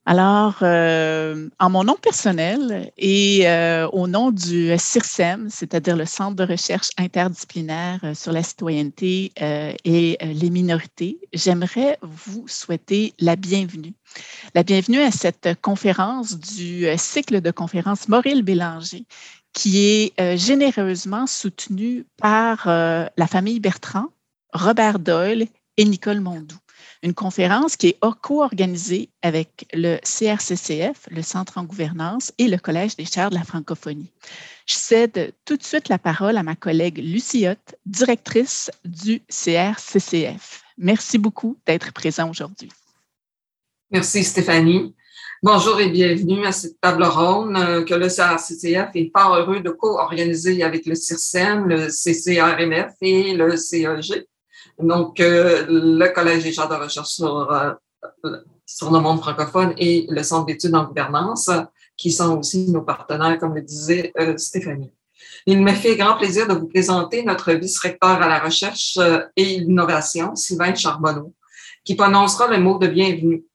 Alors, en mon nom personnel et au nom du CIRSEM, c'est-à-dire le Centre de recherche interdisciplinaire sur la citoyenneté et les minorités, j'aimerais vous souhaiter la bienvenue. La bienvenue à cette conférence du cycle de conférences Maurice Bélanger, qui est généreusement soutenue par la famille Bertrand, Robert Doyle et Nicole Mondou. Une conférence qui est co-organisée avec le CRCCF, le Centre en gouvernance, et le Collège des chaires de la francophonie. Je cède tout de suite la parole à ma collègue Lucie Hott, directrice du CRCCF. Merci beaucoup d'être présent aujourd'hui. Merci Stéphanie. Bonjour et bienvenue à cette table ronde que le CRCCF est fort heureux de co-organiser avec le CIRSEM, le CCRMF et le CEG. Donc, le Collège des chaires de recherche sur le monde francophone et le Centre d'études en gouvernance, qui sont aussi nos partenaires, comme le disait Stéphanie. Il me fait grand plaisir de vous présenter notre vice-recteur à la recherche et l'innovation, Sylvain Charbonneau, qui prononcera le mot de bienvenue.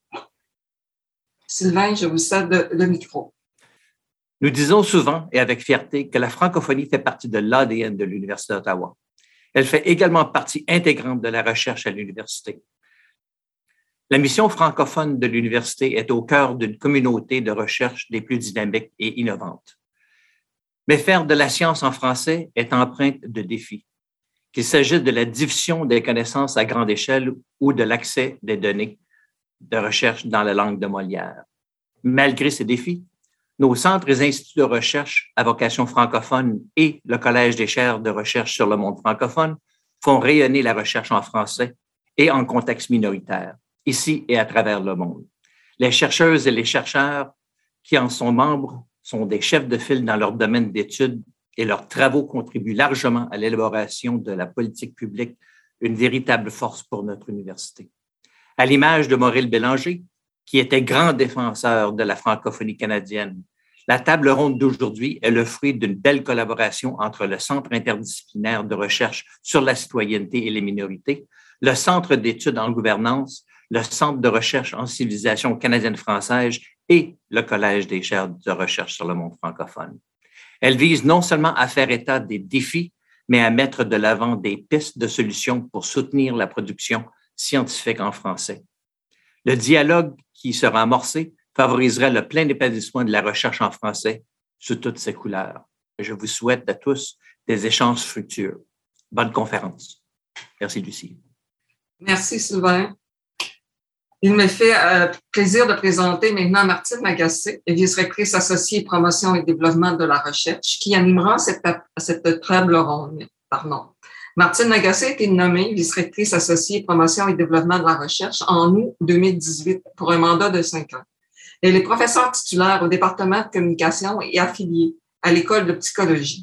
Sylvain, je vous cède le micro. Nous disons souvent et avec fierté que la francophonie fait partie de l'ADN de l'Université d'Ottawa. Elle fait également partie intégrante de la recherche à l'université. La mission francophone de l'université est au cœur d'une communauté de recherche des plus dynamiques et innovantes. Mais faire de la science en français est empreinte de défis, qu'il s'agisse de la diffusion des connaissances à grande échelle ou de l'accès des données de recherche dans la langue de Molière. Malgré ces défis, nos centres et instituts de recherche à vocation francophone et le Collège des chaires de recherche sur le monde francophone font rayonner la recherche en français et en contexte minoritaire, ici et à travers le monde. Les chercheuses et les chercheurs qui en sont membres sont des chefs de file dans leur domaine d'études et leurs travaux contribuent largement à l'élaboration de la politique publique, une véritable force pour notre université. À l'image de Maurice Bélanger, qui était grand défenseur de la francophonie canadienne. La table ronde d'aujourd'hui est le fruit d'une belle collaboration entre le Centre interdisciplinaire de recherche sur la citoyenneté et les minorités, le Centre d'études en gouvernance, le Centre de recherche en civilisation canadienne-française et le Collège des chaires de recherche sur le monde francophone. Elle vise non seulement à faire état des défis, mais à mettre de l'avant des pistes de solutions pour soutenir la production scientifique en français. Le dialogue qui sera amorcé favoriserait le plein épanouissement de la recherche en français sous toutes ses couleurs. Je vous souhaite à tous des échanges fructueux. Bonne conférence. Merci, Lucie. Merci, Sylvain. Il me fait plaisir de présenter maintenant Martine Lagacé, vice-rectrice associée promotion et développement de la recherche, qui animera cette table ronde. Martine Lagacé a été nommée vice-rectrice associée promotion et développement de la recherche en août 2018 pour un mandat de 5 ans. Elle est professeure titulaire au département de communication et affiliée à l'école de psychologie.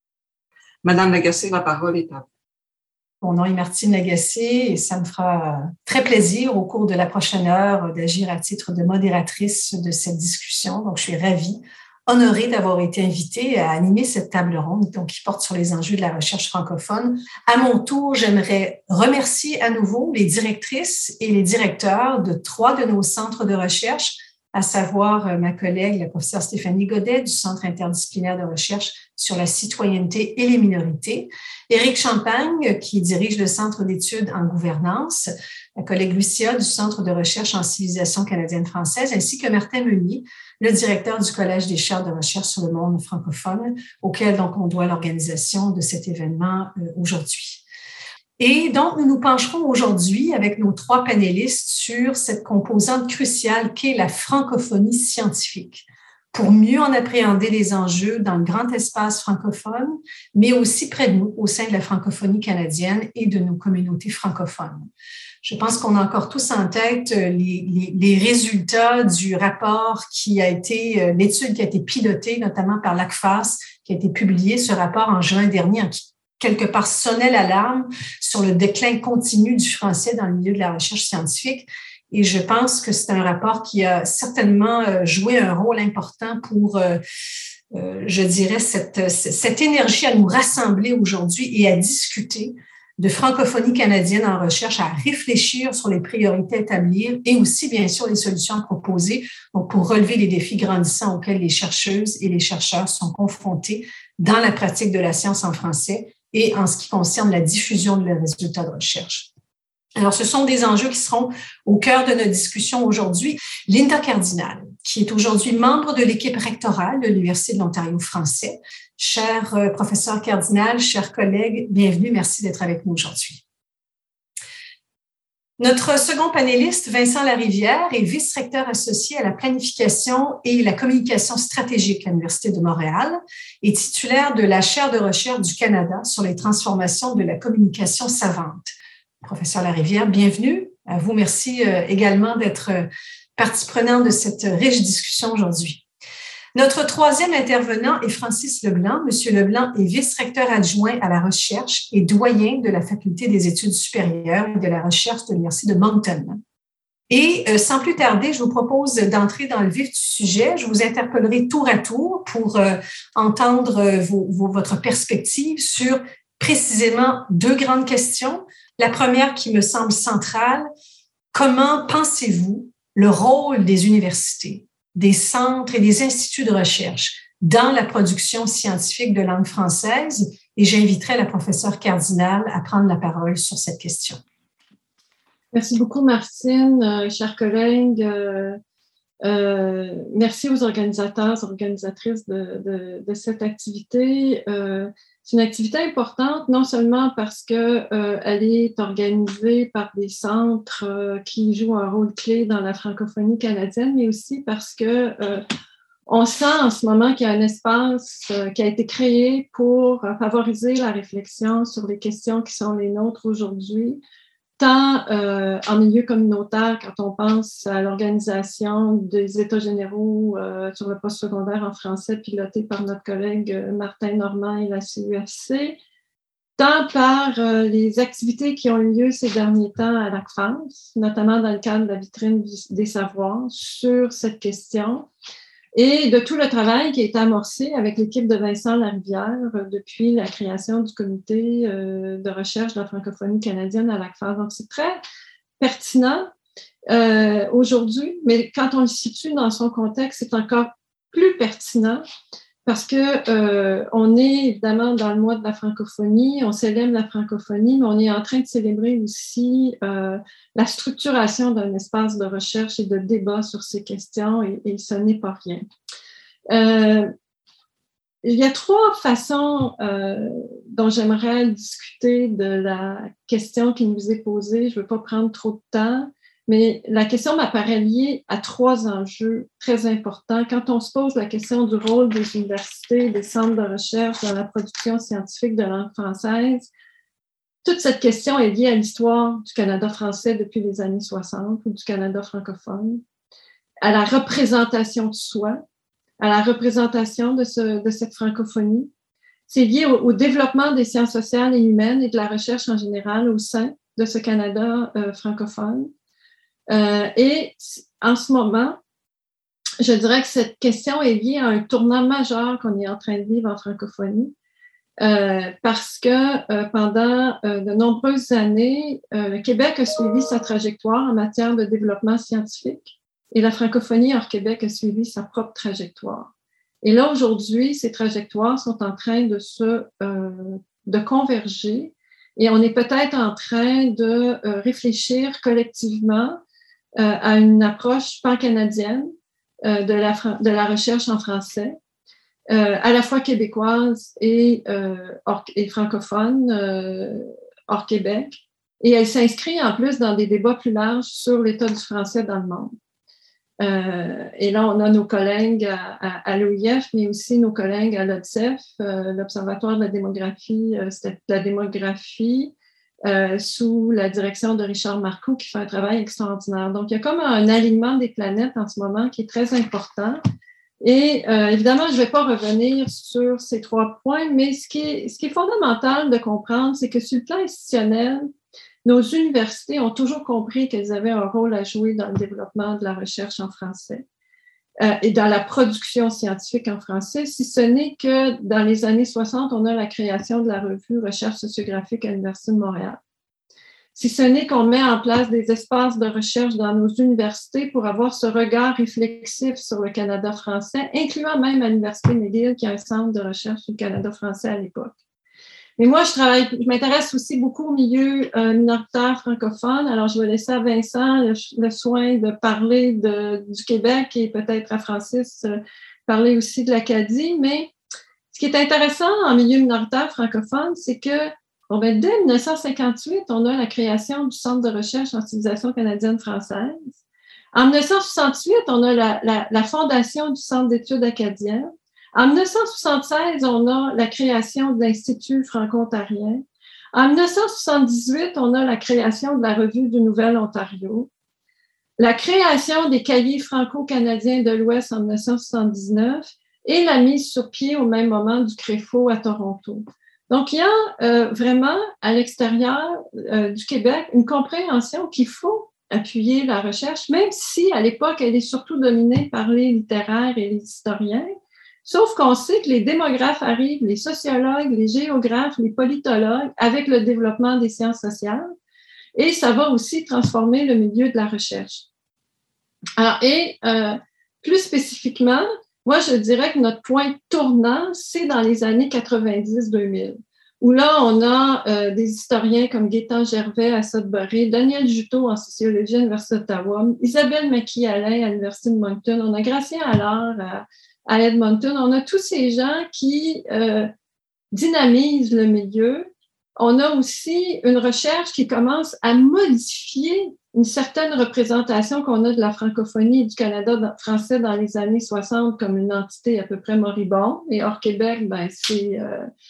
Madame Lagacé, la parole est à vous. Mon nom est Martine Lagacé et ça me fera très plaisir au cours de la prochaine heure d'agir à titre de modératrice de cette discussion. Donc, je suis ravie, honorée d'avoir été invitée à animer cette table ronde donc, qui porte sur les enjeux de la recherche francophone. À mon tour, j'aimerais remercier à nouveau les directrices et les directeurs de 3 de nos centres de recherche, à savoir ma collègue, la professeure Stéphanie Godet du Centre interdisciplinaire de recherche sur la citoyenneté et les minorités, Éric Champagne, qui dirige le Centre d'études en gouvernance, ma collègue Lucia du Centre de recherche en civilisation canadienne-française, ainsi que Martin Meunier, le directeur du Collège des chaires de recherche sur le monde francophone, auquel donc on doit l'organisation de cet événement aujourd'hui. Et donc, nous nous pencherons aujourd'hui avec nos 3 panélistes sur cette composante cruciale qu'est la francophonie scientifique, pour mieux en appréhender les enjeux dans le grand espace francophone, mais aussi près de nous, au sein de la francophonie canadienne et de nos communautés francophones. Je pense qu'on a encore tous en tête les résultats du rapport qui a été, l'étude qui a été pilotée notamment par l'ACFAS, qui a été publiée, ce rapport en juin dernier, qui quelque part sonnait l'alarme sur le déclin continu du français dans le milieu de la recherche scientifique. Et je pense que c'est un rapport qui a certainement joué un rôle important pour, je dirais, cette énergie à nous rassembler aujourd'hui et à discuter de francophonie canadienne en recherche à réfléchir sur les priorités à établir et aussi, bien sûr, les solutions proposées donc pour relever les défis grandissants auxquels les chercheuses et les chercheurs sont confrontés dans la pratique de la science en français et en ce qui concerne la diffusion de leurs résultats de recherche. Alors, ce sont des enjeux qui seront au cœur de notre discussion aujourd'hui. Linda Cardinal, qui est aujourd'hui membre de l'équipe rectorale de l'Université de l'Ontario français. Cher professeur Cardinal, chers collègues, bienvenue, merci d'être avec nous aujourd'hui. Notre second panéliste, Vincent Larivière, est vice-recteur associé à la planification et la communication stratégique à l'Université de Montréal et titulaire de la chaire de recherche du Canada sur les transformations de la communication savante. Professeur Larivière, bienvenue. À vous, merci également d'être partie prenante de cette riche discussion aujourd'hui. Notre troisième intervenant est Francis Leblanc. Monsieur Leblanc est vice-recteur adjoint à la recherche et doyen de la Faculté des études supérieures et de la recherche de l'Université de Moncton. Et sans plus tarder, je vous propose d'entrer dans le vif du sujet. Je vous interpellerai tour à tour pour entendre votre perspective sur précisément deux grandes questions. La première qui me semble centrale, comment pensez-vous le rôle des universités, des centres et des instituts de recherche dans la production scientifique de langue française? Et j'inviterai la professeure Cardinal à prendre la parole sur cette question. Merci beaucoup, Martine, chers collègues. Merci aux organisateurs, organisatrices de cette activité. C'est une activité importante, non seulement parce qu'elle est organisée par des centres qui jouent un rôle clé dans la francophonie canadienne, mais aussi parce que on sent en ce moment qu'il y a un espace qui a été créé pour favoriser la réflexion sur les questions qui sont les nôtres aujourd'hui, tant en milieu communautaire, quand on pense à l'organisation des États généraux sur le postsecondaire en français, piloté par notre collègue Martin Normand et la CUFC, tant par les activités qui ont eu lieu ces derniers temps à l'ACFAS, notamment dans le cadre de la vitrine des savoirs sur cette question, et de tout le travail qui a été amorcé avec l'équipe de Vincent Larivière depuis la création du comité de recherche de la francophonie canadienne à l'ACFAS. Donc, c'est très pertinent aujourd'hui, mais quand on le situe dans son contexte, c'est encore plus pertinent parce que on est évidemment dans le mois de la francophonie, on célèbre la francophonie, mais on est en train de célébrer aussi la structuration d'un espace de recherche et de débat sur ces questions, et ce n'est pas rien. Il y a trois façons dont j'aimerais discuter de la question qui nous est posée. Je ne veux pas prendre trop de temps, mais la question m'apparaît liée à trois enjeux très importants. Quand on se pose la question du rôle des universités, des centres de recherche dans la production scientifique de langue française, toute cette question est liée à l'histoire du Canada français depuis les années 60 ou du Canada francophone, à la représentation de soi, à la représentation de cette francophonie. C'est lié au développement des sciences sociales et humaines et de la recherche en général au sein de ce Canada francophone. Et en ce moment, je dirais que cette question est liée à un tournant majeur qu'on est en train de vivre en francophonie, parce que pendant de nombreuses années, le Québec a suivi sa trajectoire en matière de développement scientifique et la francophonie hors Québec a suivi sa propre trajectoire. Et là, aujourd'hui, ces trajectoires sont en train de converger et on est peut-être en train de réfléchir collectivement à une approche pan-canadienne de la recherche en français, à la fois québécoise et francophone hors Québec. Et elle s'inscrit en plus dans des débats plus larges sur l'état du français dans le monde. Et là, on a nos collègues à l'OIF, mais aussi nos collègues à l'ODCEF, l'Observatoire de la démographie, sous la direction de Richard Marcoux, qui fait un travail extraordinaire. Donc, il y a comme un alignement des planètes en ce moment qui est très important. Et évidemment, je ne vais pas revenir sur ces trois points, mais ce qui est fondamental de comprendre, c'est que sur le plan institutionnel, nos universités ont toujours compris qu'elles avaient un rôle à jouer dans le développement de la recherche en français. et dans la production scientifique en français, si ce n'est que dans les années 60, on a la création de la revue Recherche sociographique à l'Université de Montréal. Si ce n'est qu'on met en place des espaces de recherche dans nos universités pour avoir ce regard réflexif sur le Canada français, incluant même à l'Université McGill, qui est un centre de recherche sur le Canada français à l'époque. Mais moi, je m'intéresse aussi beaucoup au milieu minoritaire francophone. Alors, je vais laisser à Vincent le soin de parler du Québec et peut-être à Francis parler aussi de l'Acadie. Mais ce qui est intéressant en milieu minoritaire francophone, c'est que dès 1958, on a la création du Centre de recherche en civilisation canadienne-française. En 1968, on a la fondation du Centre d'études acadiennes. En 1976, on a la création de l'Institut franco-ontarien. En 1978, on a la création de la Revue du Nouvel-Ontario. La création des cahiers franco-canadiens de l'Ouest en 1979 et la mise sur pied au même moment du CREFO à Toronto. Donc, il y a vraiment à l'extérieur du Québec une compréhension qu'il faut appuyer la recherche, même si à l'époque, elle est surtout dominée par les littéraires et les historiens. Sauf qu'on sait que les démographes arrivent, les sociologues, les géographes, les politologues, avec le développement des sciences sociales, et ça va aussi transformer le milieu de la recherche. Alors, plus spécifiquement, moi, je dirais que notre point tournant, c'est dans les années 90-2000, où là, on a des historiens comme Gaétan Gervais à Sudbury, Daniel Juteau en sociologie à l'Université d'Ottawa, Isabelle Maquis-Alain à l'Université de Moncton, on a Gratien Allard à Edmonton. On a tous ces gens qui dynamisent le milieu. On a aussi une recherche qui commence à modifier une certaine représentation qu'on a de la francophonie et du Canada français dans les années 60 comme une entité à peu près moribonde. Et hors Québec, c'est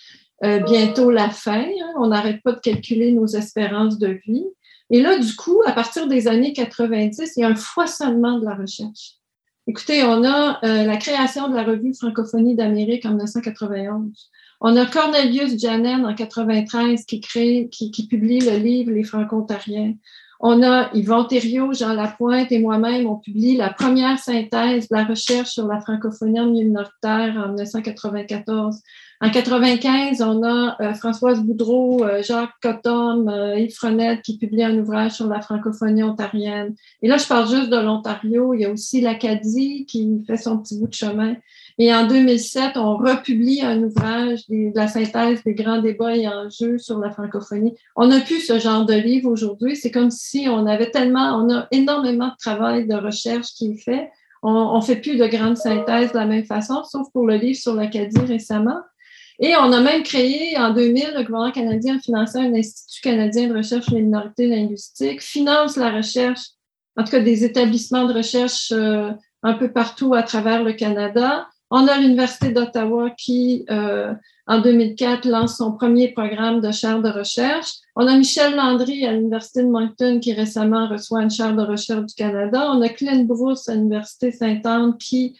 bientôt la fin. Hein. On n'arrête pas de calculer nos espérances de vie. Et là, du coup, à partir des années 90, il y a un foisonnement de la recherche. Écoutez, on a la création de la revue Francophonie d'Amérique en 1991. On a Cornelius Janen en 1993 qui publie le livre Les Franco-ontariens. On a Yvon Thériault, Jean Lapointe et moi-même, on publie la première synthèse de la recherche sur la francophonie en milieu minoritaire en 1994. En 1995, on a Françoise Boudreau, Jacques Cottom, Yves Frenette qui publie un ouvrage sur la francophonie ontarienne. Et là, je parle juste de l'Ontario. Il y a aussi l'Acadie qui fait son petit bout de chemin. Et en 2007, on republie un ouvrage de la synthèse des grands débats et enjeux sur la francophonie. On n'a plus ce genre de livre aujourd'hui. C'est comme si on a énormément de travail de recherche qui est fait. On fait plus de grandes synthèses de la même façon, sauf pour le livre sur l'Acadie récemment. Et on a même créé, en 2000, le gouvernement canadien a financé un Institut canadien de recherche sur les minorités linguistiques, finance la recherche, en tout cas des établissements de recherche un peu partout à travers le Canada. On a l'Université d'Ottawa qui, en 2004, lance son premier programme de chaire de recherche. On a Michel Landry à l'Université de Moncton qui récemment reçoit une chaire de recherche du Canada. On a Clint Bruce à l'Université Sainte-Anne qui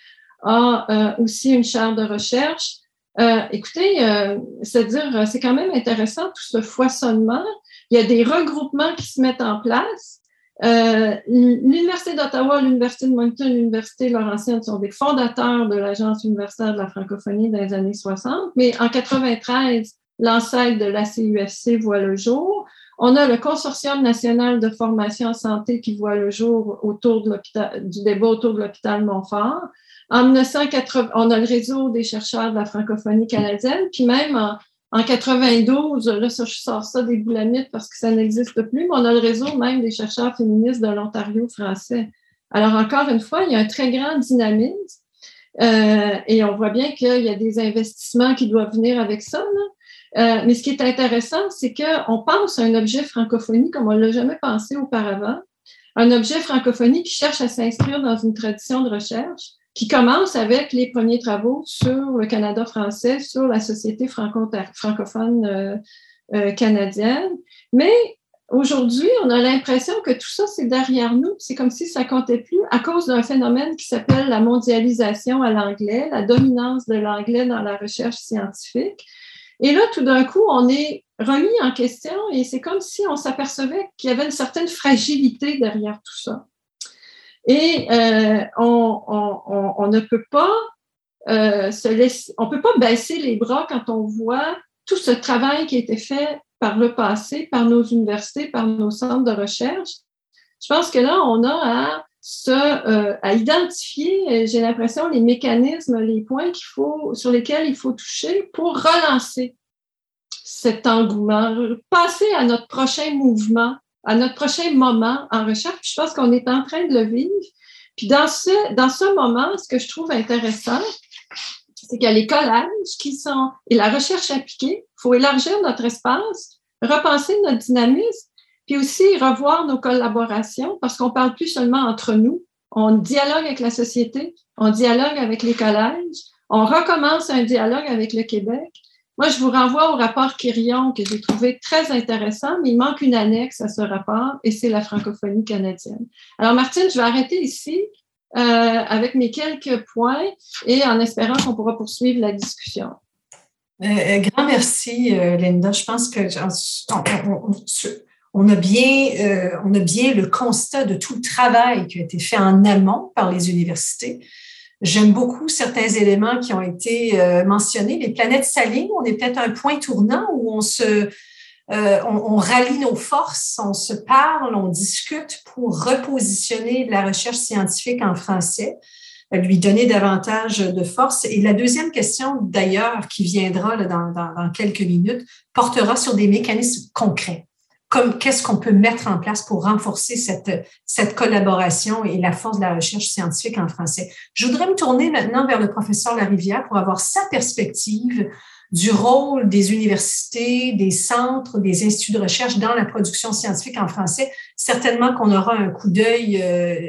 a aussi une chaire de recherche. Écoutez, c'est-à-dire, c'est quand même intéressant tout ce foisonnement. Il y a des regroupements qui se mettent en place. L'Université d'Ottawa, l'Université de Moncton, l'Université Laurentienne sont des fondateurs de l'Agence universitaire de la francophonie dans les années 60, mais en 93, l'ancêtre de la CUFC voit le jour. On a le Consortium national de formation en santé qui voit le jour autour de du débat autour de l'hôpital Montfort. En 1980, on a le réseau des chercheurs de la francophonie canadienne, puis même en 92, là, je sors ça des boulamites parce que ça n'existe plus, mais on a le réseau même des chercheurs féministes de l'Ontario français. Alors, encore une fois, il y a un très grand dynamisme et on voit bien qu'il y a des investissements qui doivent venir avec ça. Mais ce qui est intéressant, c'est qu'on pense à un objet francophonie comme on ne l'a jamais pensé auparavant, un objet francophonie qui cherche à s'inscrire dans une tradition de recherche, qui commence avec les premiers travaux sur le Canada français, sur la société francophone canadienne. Mais aujourd'hui, on a l'impression que tout ça, c'est derrière nous. C'est comme si ça comptait plus à cause d'un phénomène qui s'appelle la mondialisation à l'anglais, la dominance de l'anglais dans la recherche scientifique. Et là, tout d'un coup, on est remis en question et c'est comme si on s'apercevait qu'il y avait une certaine fragilité derrière tout ça. Et on ne peut pas on peut pas baisser les bras quand on voit tout ce travail qui a été fait par le passé, par nos universités, par nos centres de recherche. Je pense que là, on a à identifier, j'ai l'impression, les mécanismes, les points sur lesquels il faut toucher pour relancer cet engouement, passer à notre prochain mouvement, à notre prochain moment en recherche. Puis je pense qu'on est en train de le vivre. Puis dans ce moment, ce que je trouve intéressant, c'est qu'il y a les collèges et la recherche appliquée. Il faut élargir notre espace, repenser notre dynamisme, puis aussi revoir nos collaborations parce qu'on ne parle plus seulement entre nous. On dialogue avec la société, on dialogue avec les collèges, on recommence un dialogue avec le Québec. Moi, je vous renvoie au rapport Quirion que j'ai trouvé très intéressant, mais il manque une annexe à ce rapport et c'est la francophonie canadienne. Alors, Martine, je vais arrêter ici avec mes quelques points et en espérant qu'on pourra poursuivre la discussion. Grand merci, Linda. Je pense que on a bien le constat de tout le travail qui a été fait en amont par les universités. J'aime beaucoup certains éléments qui ont été mentionnés. Les planètes s'alignent. On est peut-être à un point tournant où on rallie nos forces, on se parle, on discute pour repositionner la recherche scientifique en français, lui donner davantage de force. Et la deuxième question, d'ailleurs, qui viendra là, dans quelques minutes, portera sur des mécanismes concrets. Comme qu'est-ce qu'on peut mettre en place pour renforcer cette collaboration et la force de la recherche scientifique en français. Je voudrais me tourner maintenant vers le professeur Larivière pour avoir sa perspective du rôle des universités, des centres, des instituts de recherche dans la production scientifique en français. Certainement qu'on aura un coup d'œil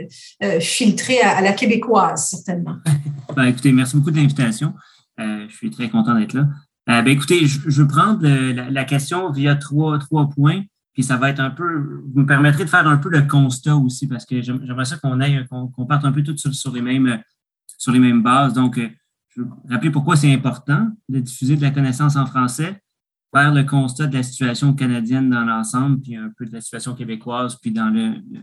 filtré à la québécoise, certainement. Écoutez, merci beaucoup de l'invitation. Je suis très content d'être là. Écoutez, je vais prendre la question via trois points. Puis ça va être un peu, vous me permettrez de faire un peu le constat aussi, parce que j'aimerais ça qu'on parte un peu tous sur les mêmes bases. Donc, je veux rappeler pourquoi c'est important de diffuser de la connaissance en français, faire le constat de la situation canadienne dans l'ensemble, puis un peu de la situation québécoise, puis dans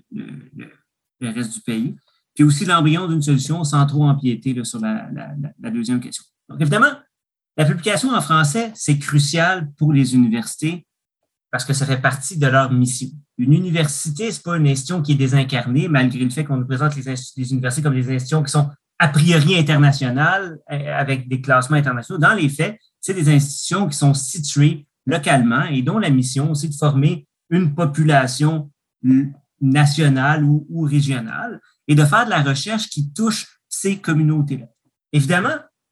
le reste du pays. Puis aussi l'embryon d'une solution sans trop empiéter là, sur la deuxième question. Donc, évidemment, la publication en français, c'est crucial pour les universités, parce que ça fait partie de leur mission. Une université, ce n'est pas une institution qui est désincarnée, malgré le fait qu'on nous présente les universités comme des institutions qui sont a priori internationales, avec des classements internationaux. Dans les faits, c'est des institutions qui sont situées localement et dont la mission, c'est de former une population nationale ou régionale et de faire de la recherche qui touche ces communautés-là. Évidemment,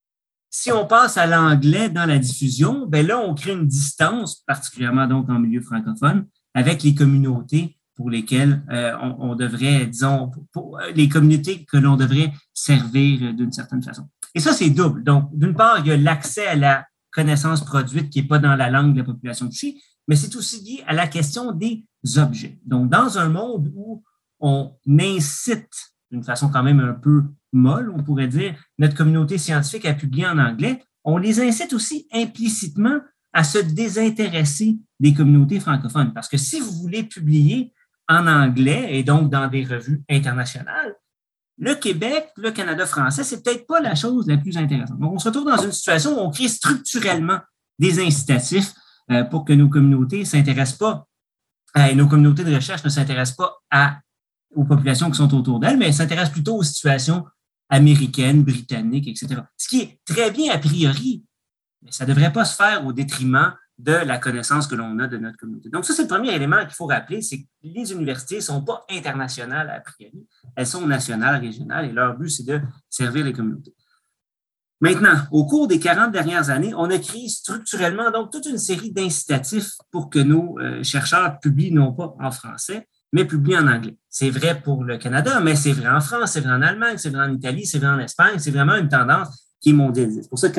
si on passe à l'anglais dans la diffusion, ben là, on crée une distance, particulièrement donc en milieu francophone, avec les communautés pour lesquelles on devrait, disons, pour les communautés que l'on devrait servir d'une certaine façon. Et ça, c'est double. Donc, d'une part, il y a l'accès à la connaissance produite qui n'est pas dans la langue de la population touchée, mais c'est aussi lié à la question des objets. Donc, dans un monde où on incite, d'une façon quand même un peu molle, on pourrait dire, notre communauté scientifique à publier en anglais, on les incite aussi implicitement à se désintéresser des communautés francophones. Parce que si vous voulez publier en anglais et donc dans des revues internationales, le Québec, le Canada français, c'est peut-être pas la chose la plus intéressante. Donc, on se retrouve dans une situation où on crée structurellement des incitatifs pour que nos communautés s'intéressent pas, et nos communautés de recherche ne s'intéressent pas aux populations qui sont autour d'elles, mais elles s'intéressent plutôt aux situations américaines, britanniques, etc. Ce qui est très bien a priori, mais ça ne devrait pas se faire au détriment de la connaissance que l'on a de notre communauté. Donc, ça, c'est le premier élément qu'il faut rappeler, c'est que les universités ne sont pas internationales a priori, elles sont nationales, régionales, et leur but, c'est de servir les communautés. Maintenant, au cours des 40 dernières années, on a créé structurellement donc toute une série d'incitatifs pour que nos chercheurs publient non pas en français, mais publient en anglais. C'est vrai pour le Canada, mais c'est vrai en France, c'est vrai en Allemagne, c'est vrai en Italie, c'est vrai en Espagne, c'est vraiment une tendance qui est mondialisée. C'est pour ça que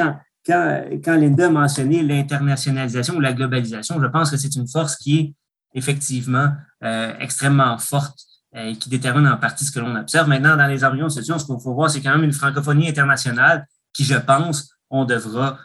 quand Linda a mentionné l'internationalisation ou la globalisation, je pense que c'est une force qui est effectivement extrêmement forte et qui détermine en partie ce que l'on observe. Maintenant, dans les embryons de solutions, ce qu'il faut voir, c'est quand même une francophonie internationale qui, je pense, on doit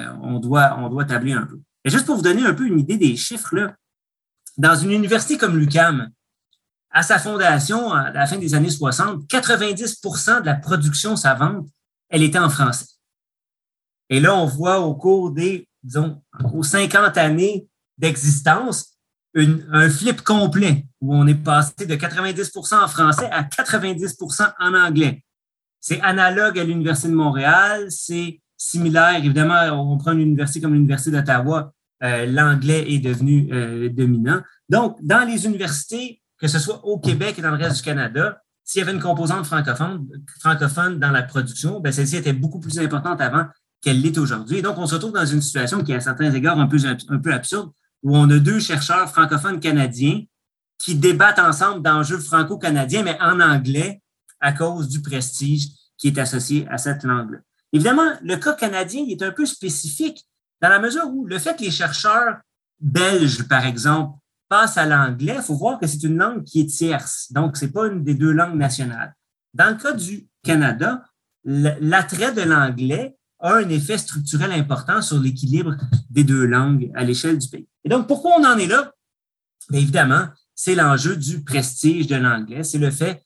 tabler un peu. Et juste pour vous donner un peu une idée des chiffres, là, dans une université comme l'UQAM, à sa fondation, à la fin des années 60, 90% de la production savante, elle était en français. Et là, on voit au cours des, disons, aux 50 années d'existence, un flip complet où on est passé de 90% en français à 90% en anglais. C'est analogue à l'Université de Montréal, c'est similaire. Évidemment, on prend une université comme l'Université d'Ottawa, l'anglais est devenu dominant. Donc, dans les universités, que ce soit au Québec et dans le reste du Canada, s'il y avait une composante francophone dans la production, bien, celle-ci était beaucoup plus importante avant qu'elle l'est aujourd'hui. Et donc, on se retrouve dans une situation qui est à certains égards un peu absurde, où on a deux chercheurs francophones canadiens qui débattent ensemble d'enjeux franco-canadiens, mais en anglais, à cause du prestige qui est associé à cette langue-là. Évidemment, le cas canadien est un peu spécifique dans la mesure où le fait que les chercheurs belges, par exemple, passent à l'anglais, il faut voir que c'est une langue qui est tierce. Donc, ce n'est pas une des deux langues nationales. Dans le cas du Canada, l'attrait de l'anglais a un effet structurel important sur l'équilibre des deux langues à l'échelle du pays. Et donc, pourquoi on en est là? Bien, évidemment, c'est l'enjeu du prestige de l'anglais. C'est le fait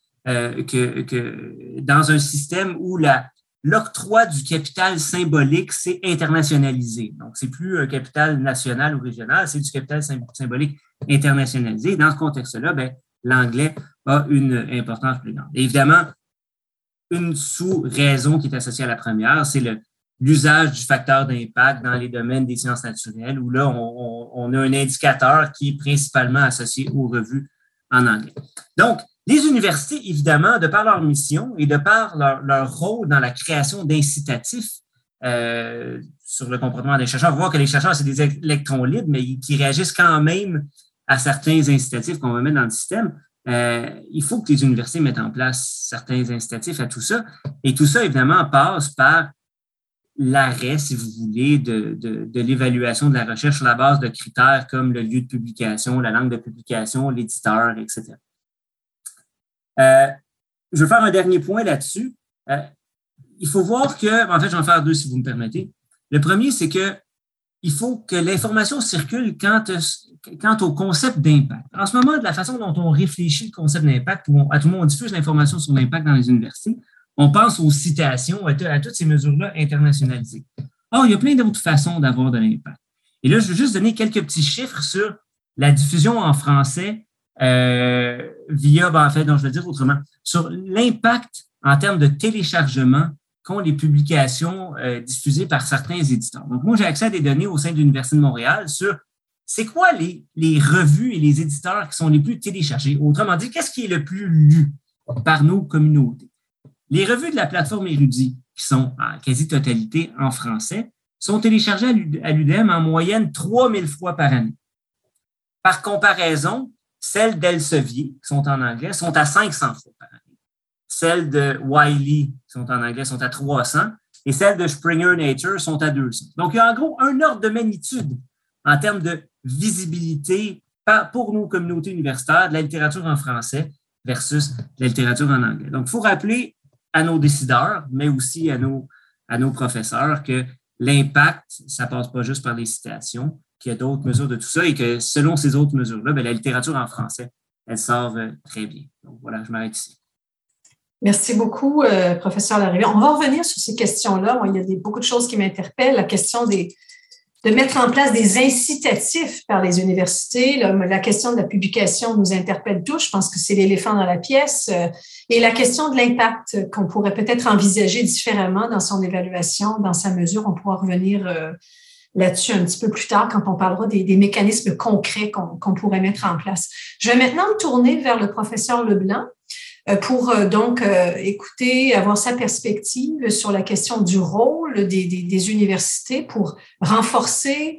que dans un système où l'octroi du capital symbolique s'est internationalisé. Donc, c'est plus un capital national ou régional, c'est du capital symbolique internationalisé. Dans ce contexte-là, bien, l'anglais a une importance plus grande. Et évidemment, une sous-raison qui est associée à la première, c'est l'usage du facteur d'impact dans les domaines des sciences naturelles, où là, on a un indicateur qui est principalement associé aux revues en anglais. Donc, les universités, évidemment, de par leur mission et de par leur rôle dans la création d'incitatifs sur le comportement des chercheurs, on voit que les chercheurs, c'est des électrons libres, mais qui réagissent quand même à certains incitatifs qu'on va mettre dans le système. Il faut que les universités mettent en place certains incitatifs à tout ça. Et tout ça, évidemment, passe par l'arrêt, si vous voulez, de l'évaluation de la recherche sur la base de critères comme le lieu de publication, la langue de publication, l'éditeur, etc. Je vais faire un dernier point là-dessus. Il faut voir que, en fait, je vais en faire deux si vous me permettez. Le premier, c'est que il faut que l'information circule quant au concept d'impact. En ce moment, de la façon dont on réfléchit le concept d'impact, à tout le monde, on diffuse l'information sur l'impact dans les universités, on pense aux citations, à toutes ces mesures-là internationalisées. Or, il y a plein d'autres façons d'avoir de l'impact. Et là, je vais juste donner quelques petits chiffres sur la diffusion en français en fait, donc je vais dire autrement, sur l'impact en termes de téléchargement qu'ont les publications diffusées par certains éditeurs. Donc, moi, j'ai accès à des données au sein de l'Université de Montréal sur c'est quoi les revues et les éditeurs qui sont les plus téléchargés. Autrement dit, qu'est-ce qui est le plus lu par nos communautés? Les revues de la plateforme Érudit, qui sont en quasi-totalité en français, sont téléchargées à l'UDM en moyenne 3000 fois par année. Par comparaison, celles d'Elsevier, qui sont en anglais, sont à 500 fois par année. Celles de Wiley, qui sont en anglais, sont à 300. Et celles de Springer Nature sont à 200. Donc, il y a en gros un ordre de magnitude en termes de visibilité pour nos communautés universitaires de la littérature en français versus la littérature en anglais. Donc, il faut rappeler à nos décideurs, mais aussi à nos professeurs que l'impact, ça ne passe pas juste par les citations, qu'il y a d'autres mesures de tout ça et que selon ces autres mesures-là, bien, la littérature en français, elle sort très bien. Donc voilà, je m'arrête ici. Merci beaucoup, professeur Larivière. On va revenir sur ces questions-là. Moi, il y a beaucoup de choses qui m'interpellent. La question de mettre en place des incitatifs par les universités. La question de la publication nous interpelle tous. Je pense que c'est l'éléphant dans la pièce. Et la question de l'impact qu'on pourrait peut-être envisager différemment dans son évaluation, dans sa mesure. On pourra revenir là-dessus un petit peu plus tard quand on parlera des mécanismes concrets qu'on pourrait mettre en place. Je vais maintenant me tourner vers le professeur Leblanc pour donc écouter, avoir sa perspective sur la question du rôle des universités pour renforcer,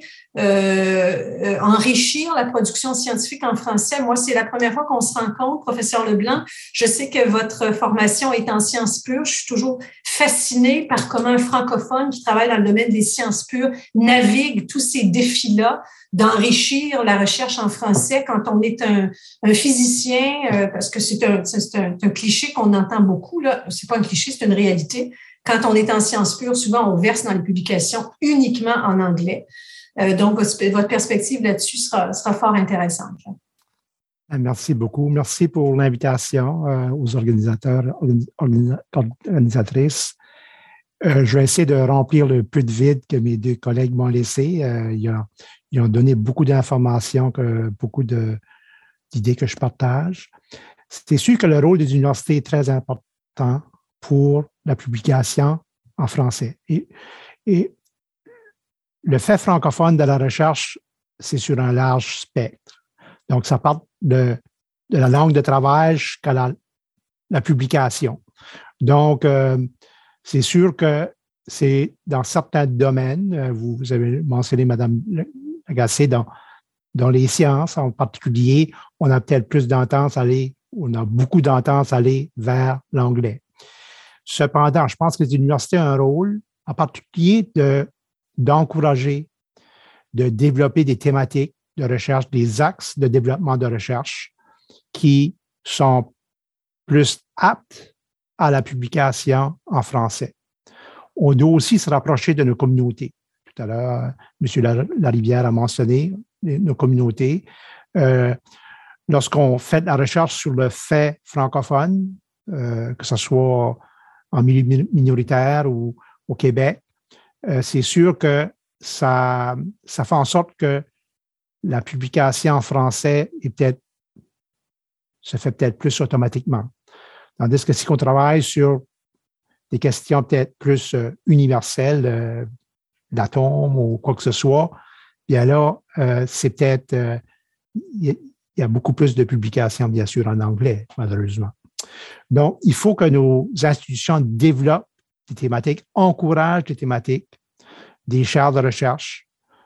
enrichir la production scientifique en français. Moi, c'est la première fois qu'on se rencontre, professeur Leblanc. Je sais que votre formation est en sciences pures. Je suis toujours fascinée par comment un francophone qui travaille dans le domaine des sciences pures navigue tous ces défis-là d'enrichir la recherche en français quand on est un physicien, parce que c'est un cliché qu'on entend beaucoup, là. C'est pas un cliché, c'est une réalité. Quand on est en sciences pures, souvent, on verse dans les publications uniquement en anglais. Donc, votre perspective là-dessus sera fort intéressante. Merci beaucoup. Merci pour l'invitation aux organisateurs, organisatrices. Je vais essayer de remplir le peu de vide que mes deux collègues m'ont laissé. Ils ont donné beaucoup d'informations, beaucoup d'idées que je partage. C'est sûr que le rôle des universités est très important pour la publication en français. Et le fait francophone de la recherche, c'est sur un large spectre. Donc, ça part de la langue de travail jusqu'à la publication. Donc, c'est sûr que c'est dans certains domaines, vous avez mentionné, Mme Lagacé, dans les sciences en particulier, on a peut-être plus d'entente on a beaucoup d'entente à aller vers l'anglais. Cependant, je pense que les universités ont un rôle, en particulier d'encourager, de développer des thématiques de recherche, des axes de développement de recherche qui sont plus aptes à la publication en français. On doit aussi se rapprocher de nos communautés. Tout à l'heure, M. Larivière a mentionné nos communautés. Lorsqu'on fait la recherche sur le fait francophone, que ce soit en milieu minoritaire ou au Québec, c'est sûr que ça fait en sorte que la publication en français se fait peut-être plus automatiquement. Tandis que si on travaille sur des questions peut-être plus universelles, d'atomes ou quoi que ce soit, bien là, c'est peut-être, il y a beaucoup plus de publications, bien sûr, en anglais, malheureusement. Donc, il faut que nos institutions développent des thématiques, encouragent des thématiques, des chaires de recherche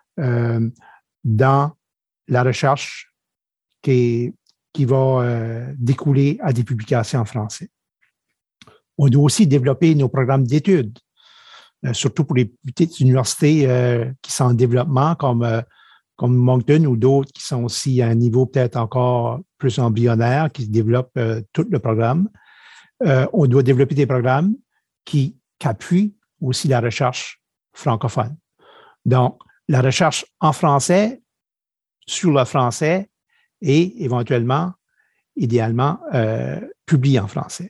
dans la recherche qui va découler à des publications en français. On doit aussi développer nos programmes d'études, surtout pour les petites universités qui sont en développement, comme Moncton ou d'autres qui sont aussi à un niveau peut-être encore plus embryonnaire, qui développent tout le programme. On doit développer des programmes qui appuient aussi la recherche francophone. Donc, la recherche en français, sur le français et éventuellement, idéalement, publiée en français.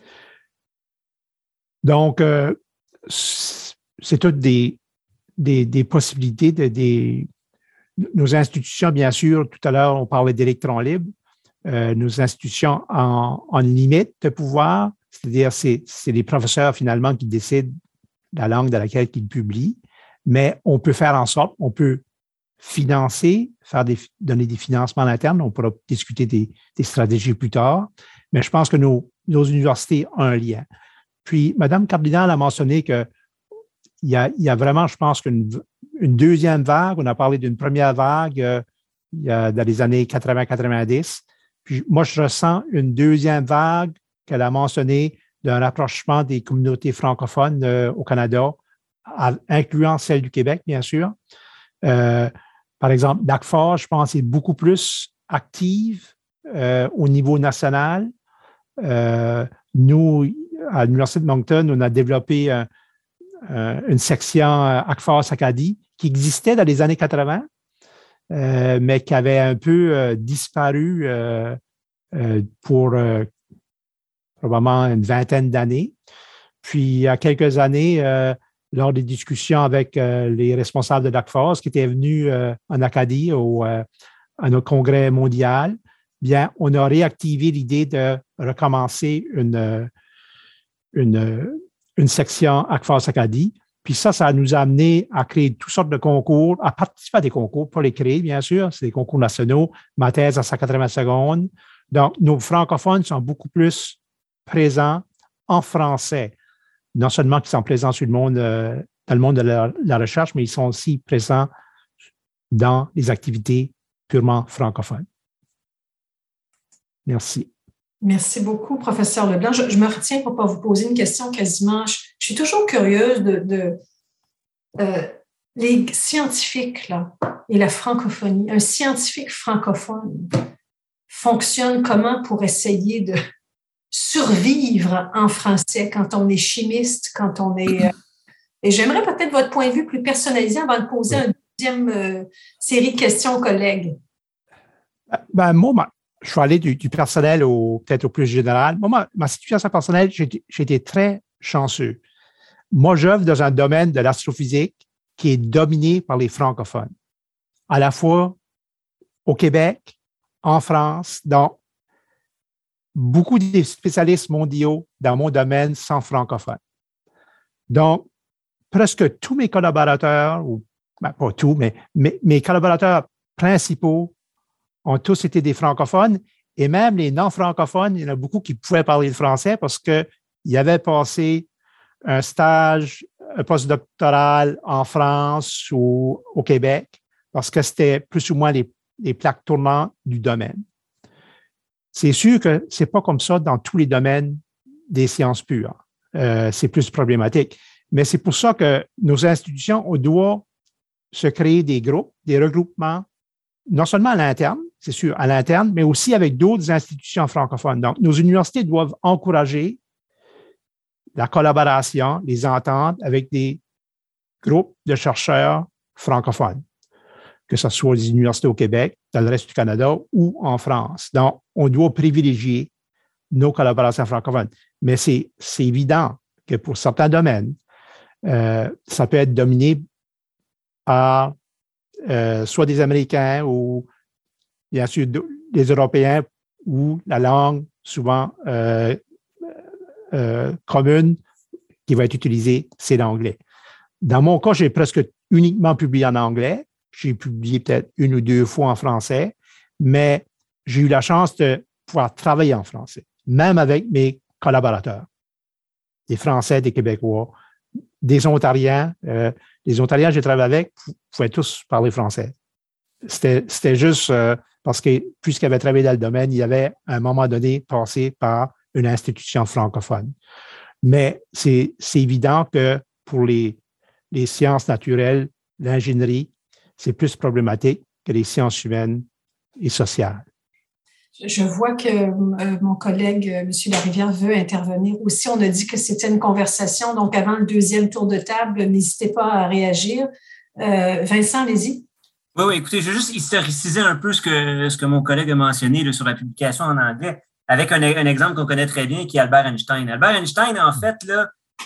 Donc, c'est toutes des possibilités nos institutions, bien sûr, tout à l'heure, on parlait d'électrons libres. Nos institutions en limite de pouvoir, c'est-à-dire c'est les professeurs finalement qui décident la langue dans laquelle ils publient, mais on peut faire en sorte, on peut financer, donner des financements à l'interne, on pourra discuter des stratégies plus tard, mais je pense que nos universités ont un lien. Puis, Mme Cardinal a mentionné qu'il y a vraiment, je pense, une deuxième vague. On a parlé d'une première vague dans les années 80-90. Puis, moi, je ressens une deuxième vague qu'elle a mentionnée d'un rapprochement des communautés francophones au Canada, incluant celle du Québec, bien sûr. Par exemple, DACFOR, je pense, est beaucoup plus active au niveau national. Nous, à l'Université de Moncton, on a développé une section ACFOR-SACADI qui existait dans les années 80, mais qui avait un peu disparu pour probablement une vingtaine d'années. Puis, il y a quelques années, lors des discussions avec les responsables de DACFOR, qui étaient venus en Acadie à notre congrès mondial, bien, on a réactivé l'idée de recommencer une section ACFOR-SACADI. Puis ça nous a amené à créer toutes sortes de concours, à participer à des concours, pas les créer, bien sûr, c'est des concours nationaux, ma thèse à 180 secondes. Donc, nos francophones sont beaucoup plus présents en français. Non seulement qu'ils sont présents dans le monde de la recherche, mais ils sont aussi présents dans les activités purement francophones. Merci. Merci beaucoup, professeur Leblanc. Je me retiens pour ne pas vous poser une question quasiment. Je suis toujours curieuse les scientifiques là, et la francophonie. Un scientifique francophone fonctionne comment pour essayer de survivre en français quand on est chimiste, quand on est... Et j'aimerais peut-être votre point de vue plus personnalisé avant de poser une deuxième série de questions aux collègues. Ben, moi, je vais aller du personnel peut-être au plus général. Moi, ma situation personnelle, j'ai été très chanceux. Moi, j'œuvre dans un domaine de l'astrophysique qui est dominé par les francophones, à la fois au Québec, en France, donc beaucoup de spécialistes mondiaux dans mon domaine sont francophones. Donc, presque tous mes collaborateurs, ou pas tous, mais mes collaborateurs principaux ont tous été des francophones, et même les non-francophones, il y en a beaucoup qui pouvaient parler le français parce qu'ils avaient passé un stage, un postdoctoral en France ou au Québec, parce que c'était plus ou moins les plaques tournantes du domaine. C'est sûr que ce n'est pas comme ça dans tous les domaines des sciences pures. C'est plus problématique. Mais c'est pour ça que nos institutions, on doit se créer des groupes, des regroupements, non seulement à l'interne, c'est sûr, à l'interne, mais aussi avec d'autres institutions francophones. Donc, nos universités doivent encourager la collaboration, les ententes avec des groupes de chercheurs francophones, que ce soit les universités au Québec, dans le reste du Canada ou en France. Donc, on doit privilégier nos collaborations francophones. Mais c'est évident que pour certains domaines, ça peut être dominé par soit des Américains ou bien sûr des Européens où la langue souvent commune qui va être utilisée, c'est l'anglais. Dans mon cas, j'ai presque uniquement publié en anglais. J'ai publié peut-être 1 ou 2 fois en français, mais j'ai eu la chance de pouvoir travailler en français, même avec mes collaborateurs, des Français, des Québécois, des Ontariens. Les Ontariens que j'ai travaillé avec pouvaient tous parler français. C'était juste parce que, puisqu'ils avaient travaillé dans le domaine, il y avait, à un moment donné, passé par une institution francophone. Mais c'est évident que pour les sciences naturelles, l'ingénierie, c'est plus problématique que les sciences humaines et sociales. Je vois que mon collègue, M. Larivière, veut intervenir aussi. On a dit que c'était une conversation, donc avant le deuxième tour de table, n'hésitez pas à réagir. Vincent, allez-y. Oui, écoutez, je veux juste historiciser un peu ce que mon collègue a mentionné là, sur la publication en anglais, avec un exemple qu'on connaît très bien, qui est Albert Einstein. Albert Einstein, en fait, là,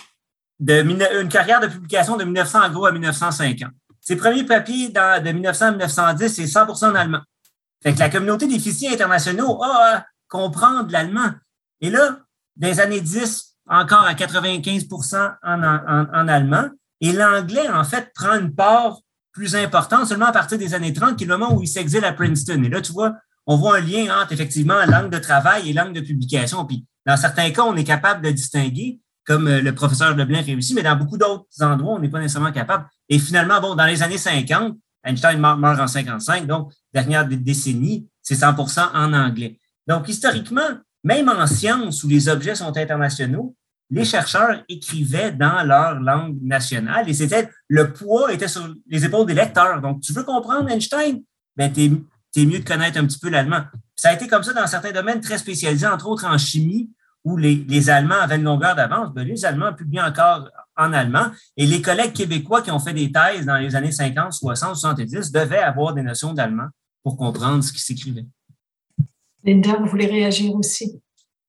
une carrière de publication de 1900 en gros à 1950. Ses premiers papiers de 1900 à 1910, c'est 100% en allemand. Fait que la communauté des physiciens internationaux a à comprendre l'allemand. Et là, dans les années 10, encore à 95% en allemand. Et l'anglais, en fait, prend une part plus importante seulement à partir des années 30, qui est le moment où il s'exile à Princeton. Et là, tu vois, on voit un lien entre, effectivement, langue de travail et langue de publication. Puis, dans certains cas, on est capable de distinguer, comme le professeur Leblanc réussit, mais dans beaucoup d'autres endroits, on n'est pas nécessairement capable. Et finalement, bon, dans les années 50, Einstein meurt en 55, donc, dernière décennie, c'est 100% en anglais. Donc, historiquement, même en sciences où les objets sont internationaux, les chercheurs écrivaient dans leur langue nationale et le poids était sur les épaules des lecteurs. Donc, tu veux comprendre Einstein? Ben, t'es mieux de connaître un petit peu l'allemand. Ça a été comme ça dans certains domaines très spécialisés, entre autres en chimie, où les Allemands avaient une longueur d'avance. Ben, les Allemands publient encore en allemand et les collègues québécois qui ont fait des thèses dans les années 50, 60, 70 devaient avoir des notions d'allemand pour comprendre ce qui s'écrivait. Linda, vous voulez réagir aussi?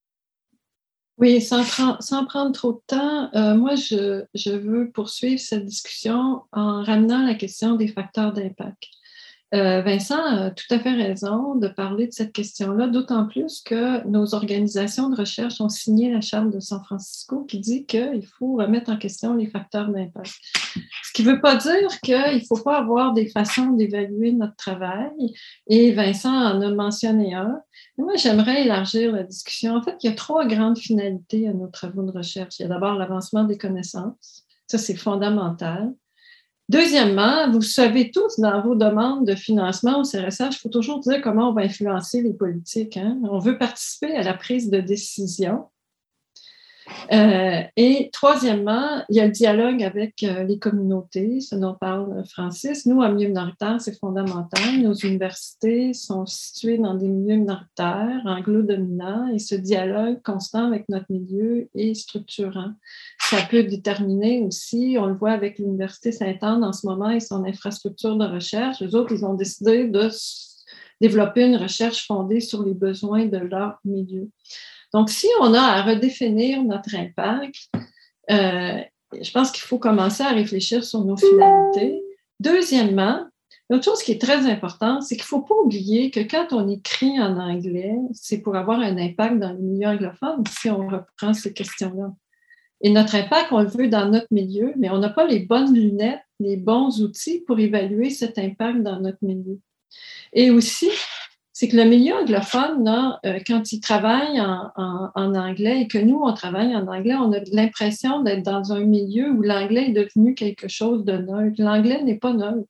Oui, sans prendre trop de temps, moi, je veux poursuivre cette discussion en ramenant la question des facteurs d'impact. Vincent a tout à fait raison de parler de cette question-là, d'autant plus que nos organisations de recherche ont signé la Charte de San Francisco qui dit qu'il faut remettre en question les facteurs d'impact. Ce qui ne veut pas dire qu'il ne faut pas avoir des façons d'évaluer notre travail, et Vincent en a mentionné un. Moi, j'aimerais élargir la discussion. En fait, il y a 3 grandes finalités à nos travaux de recherche. Il y a d'abord l'avancement des connaissances. Ça, c'est fondamental. Deuxièmement, vous savez tous dans vos demandes de financement au CRSH, il faut toujours dire comment on va influencer les politiques. Hein? On veut participer à la prise de décision. Et troisièmement, il y a le dialogue avec les communautés, ce dont parle Francis. Nous, en milieu minoritaire, c'est fondamental. Nos universités sont situées dans des milieux minoritaires, anglo-dominants, et ce dialogue constant avec notre milieu est structurant. Ça peut déterminer aussi, on le voit avec l'Université Sainte-Anne en ce moment et son infrastructure de recherche. Eux autres, ils ont décidé de développer une recherche fondée sur les besoins de leur milieu. Donc, si on a à redéfinir notre impact, je pense qu'il faut commencer à réfléchir sur nos finalités. Deuxièmement, l'autre chose qui est très importante, c'est qu'il ne faut pas oublier que quand on écrit en anglais, c'est pour avoir un impact dans le milieu anglophone, si on reprend ces questions-là. Et notre impact, on le veut dans notre milieu, mais on n'a pas les bonnes lunettes, les bons outils pour évaluer cet impact dans notre milieu. Et aussi, c'est que le milieu anglophone, là, quand il travaille en anglais et que nous, on travaille en anglais, on a l'impression d'être dans un milieu où l'anglais est devenu quelque chose de neutre. L'anglais n'est pas neutre.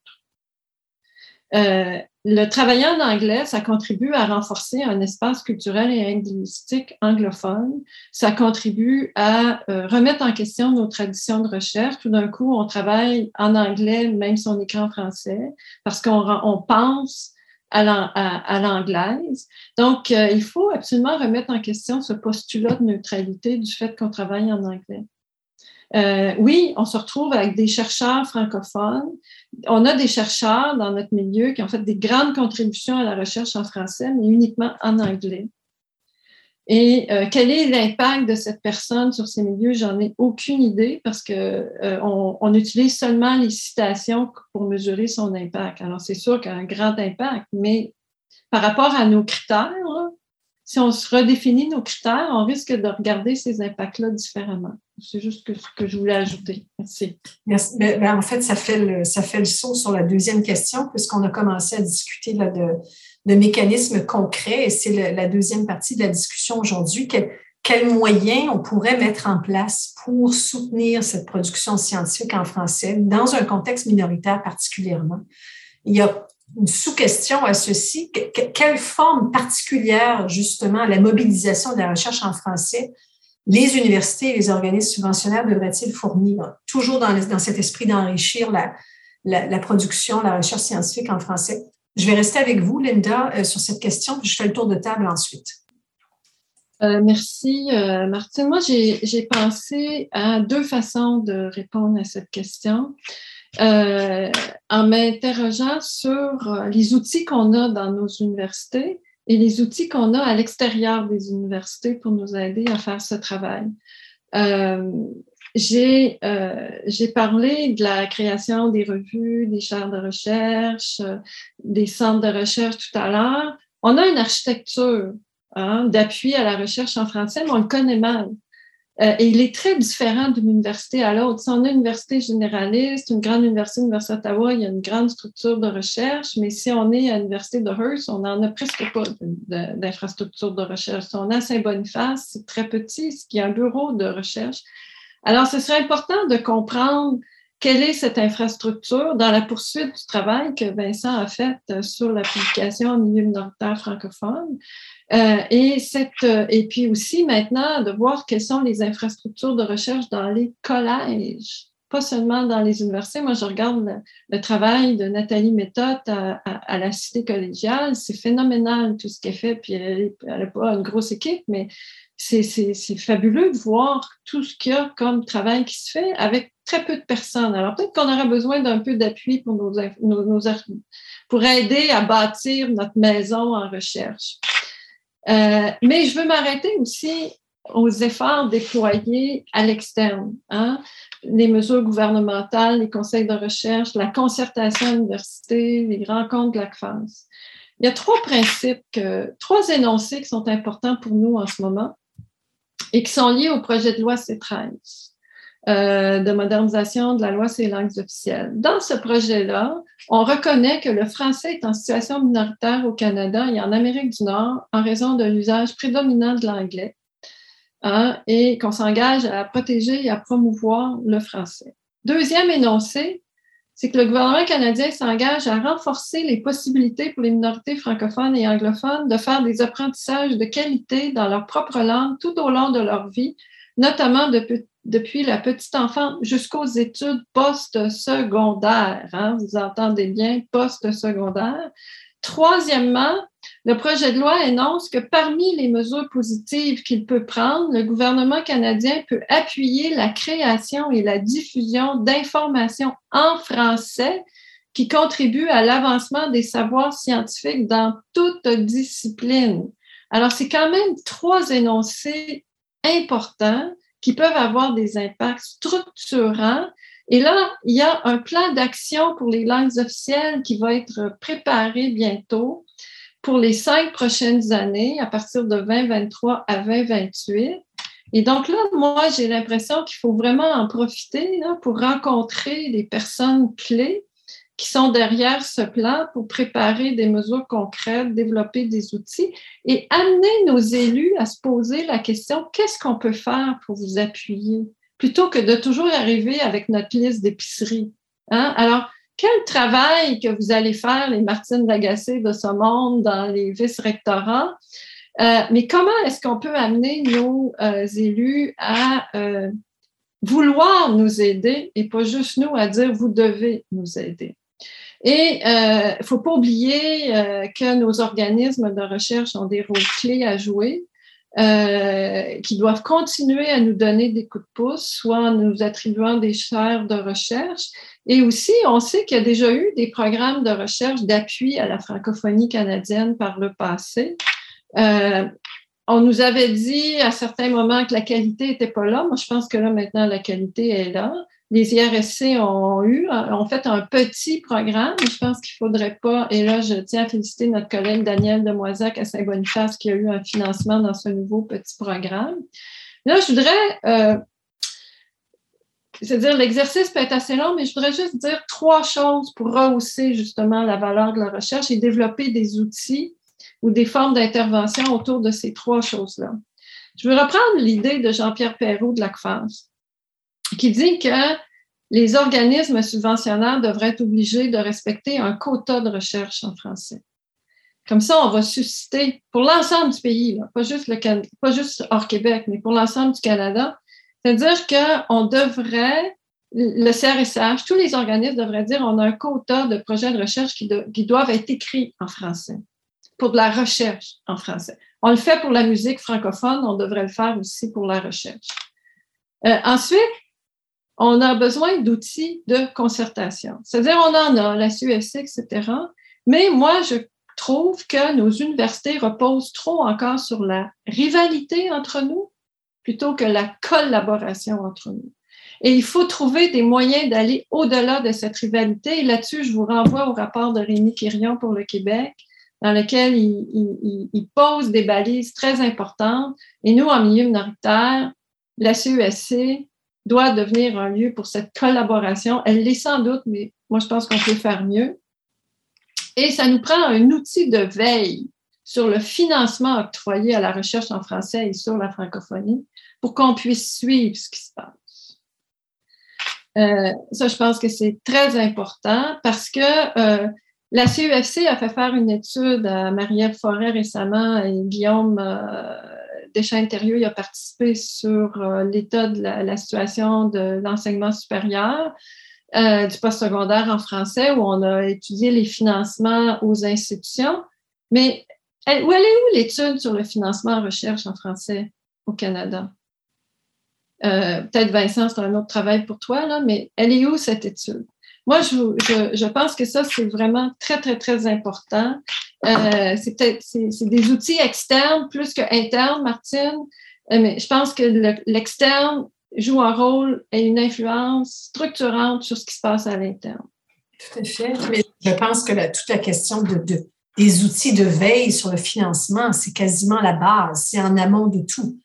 Le travailler en anglais, ça contribue à renforcer un espace culturel et linguistique anglophone. Ça contribue à remettre en question nos traditions de recherche. Tout d'un coup, on travaille en anglais, même si on écrit en français, parce qu'on pense à l'anglaise. Donc, il faut absolument remettre en question ce postulat de neutralité du fait qu'on travaille en anglais. Oui, on se retrouve avec des chercheurs francophones. On a des chercheurs dans notre milieu qui ont fait des grandes contributions à la recherche en français, mais uniquement en anglais. Et quel est l'impact de cette personne sur ces milieux? J'en ai aucune idée parce que on utilise seulement les citations pour mesurer son impact. Alors, c'est sûr qu'il y a un grand impact, mais par rapport à nos critères, là, si on se redéfinit nos critères, on risque de regarder ces impacts-là différemment. C'est juste ce que je voulais ajouter. Merci. Merci. En fait, ça fait le saut sur la deuxième question, puisqu'on a commencé à discuter là, de mécanismes concrets, et c'est la deuxième partie de la discussion aujourd'hui. Quels moyens on pourrait mettre en place pour soutenir cette production scientifique en français, dans un contexte minoritaire particulièrement? Il y a une sous-question à ceci. Quelle forme particulière, justement, la mobilisation de la recherche en français, les universités et les organismes subventionnaires devraient-ils fournir? Toujours dans cet esprit d'enrichir la production, la recherche scientifique en français. Je vais rester avec vous, Linda, sur cette question, puis je fais le tour de table ensuite. Merci, Martine. Moi, j'ai pensé à deux façons de répondre à cette question. En m'interrogeant sur les outils qu'on a dans nos universités et les outils qu'on a à l'extérieur des universités pour nous aider à faire ce travail. J'ai parlé de la création des revues, des chaires de recherche, des centres de recherche tout à l'heure. On a une architecture d'appui à la recherche en français, mais on le connaît mal. Et il est très différent d'une université à l'autre. Si on a une université généraliste, une grande université, l'Université d'Ottawa, il y a une grande structure de recherche, mais si on est à l'Université de Hearst, on n'en a presque pas d'infrastructure de recherche. Si on est à Saint-Boniface, c'est très petit, il y a un bureau de recherche. Alors, ce serait important de comprendre quelle est cette infrastructure dans la poursuite du travail que Vincent a fait sur la publication en milieu minoritaire francophone. Et puis aussi maintenant de voir quelles sont les infrastructures de recherche dans les collèges, pas seulement dans les universités. Moi, je regarde le travail de Nathalie Méthode à la Cité collégiale. C'est phénoménal tout ce qu'elle fait. Puis elle n'a pas une grosse équipe, mais c'est fabuleux de voir tout ce qu'il y a comme travail qui se fait avec très peu de personnes. Alors peut-être qu'on aurait besoin d'un peu d'appui pour pour aider à bâtir notre maison en recherche. Mais je veux m'arrêter aussi aux efforts déployés à l'externe, les mesures gouvernementales, les conseils de recherche, la concertation à l'université, les rencontres de la CFAS. Il y a trois énoncés qui sont importants pour nous en ce moment et qui sont liés au projet de loi C13 de modernisation de la loi sur les langues officielles. Dans ce projet-là, on reconnaît que le français est en situation minoritaire au Canada et en Amérique du Nord en raison de l'usage prédominant de l'anglais et qu'on s'engage à protéger et à promouvoir le français. Deuxième énoncé, c'est que le gouvernement canadien s'engage à renforcer les possibilités pour les minorités francophones et anglophones de faire des apprentissages de qualité dans leur propre langue tout au long de leur vie, notamment depuis la petite enfance jusqu'aux études post-secondaires. Vous entendez bien, post-secondaire. Troisièmement, le projet de loi énonce que parmi les mesures positives qu'il peut prendre, le gouvernement canadien peut appuyer la création et la diffusion d'informations en français qui contribuent à l'avancement des savoirs scientifiques dans toute discipline. Alors, c'est quand même 3 énoncés importants qui peuvent avoir des impacts structurants. Et là, il y a un plan d'action pour les langues officielles qui va être préparé bientôt pour les 5 prochaines années, à partir de 2023 à 2028. Et donc là, moi, j'ai l'impression qu'il faut vraiment en profiter là, pour rencontrer les personnes clés qui sont derrière ce plan pour préparer des mesures concrètes, développer des outils et amener nos élus à se poser la question « Qu'est-ce qu'on peut faire pour vous appuyer? » plutôt que de toujours arriver avec notre liste d'épicerie. Hein? Alors, quel travail que vous allez faire, les Martine Lagacé de ce monde, dans les vice-rectorats, mais comment est-ce qu'on peut amener nos élus à vouloir nous aider et pas juste nous à dire « vous devez nous aider ». Et il ne faut pas oublier que nos organismes de recherche ont des rôles clés à jouer, qui doivent continuer à nous donner des coups de pouce, soit en nous attribuant des chaires de recherche. Et aussi, on sait qu'il y a déjà eu des programmes de recherche d'appui à la francophonie canadienne par le passé. On nous avait dit à certains moments que la qualité n'était pas là. Moi, je pense que là, maintenant, la qualité est là. Les IRSC ont fait un petit programme. Je pense qu'il ne faudrait pas, et là, je tiens à féliciter notre collègue Daniel Demoisac à Saint-Boniface qui a eu un financement dans ce nouveau petit programme. Là, je voudrais, c'est-à-dire l'exercice peut être assez long, mais je voudrais juste dire 3 choses pour rehausser justement la valeur de la recherche et développer des outils ou des formes d'intervention autour de ces 3 choses-là. Je veux reprendre l'idée de Jean-Pierre Perrault de l'ACFAS, qui dit que les organismes subventionnaires devraient être obligés de respecter un quota de recherche en français. Comme ça, on va susciter, pour l'ensemble du pays, là, pas juste hors Québec, mais pour l'ensemble du Canada, c'est-à-dire qu'on devrait, le CRSH, tous les organismes devraient dire on a un quota de projets de recherche qui doivent être écrits en français, pour de la recherche en français. On le fait pour la musique francophone, on devrait le faire aussi pour la recherche. Ensuite, on a besoin d'outils de concertation. C'est-à-dire, on en a, la CUFC, etc. Mais moi, je trouve que nos universités reposent trop encore sur la rivalité entre nous plutôt que la collaboration entre nous. Et il faut trouver des moyens d'aller au-delà de cette rivalité. Et là-dessus, je vous renvoie au rapport de Rémi Quirion pour le Québec, dans lequel il pose des balises très importantes. Et nous, en milieu minoritaire, la CUSC doit devenir un lieu pour cette collaboration. Elle l'est sans doute, mais moi, je pense qu'on peut faire mieux. Et ça nous prend un outil de veille sur le financement octroyé à la recherche en français et sur la francophonie pour qu'on puisse suivre ce qui se passe. Ça, je pense que c'est très important parce que la CUFC a fait faire une étude à Marie-Ève Forêt récemment et Guillaume Deschamps-Thériault a participé sur l'état de la situation de l'enseignement supérieur, du postsecondaire en français, où on a étudié les financements aux institutions. Mais où elle est où l'étude sur le financement en recherche en français au Canada? Peut-être, Vincent, c'est un autre travail pour toi, là, mais elle est où cette étude? Moi, je pense que ça, c'est vraiment très, très, très important. C'est des outils externes plus qu'internes, Martine, mais je pense que l'externe joue un rôle et une influence structurante sur ce qui se passe à l'interne. Tout à fait. Mais je pense que toute la question des outils de veille sur le financement, c'est quasiment la base. C'est en amont de tout.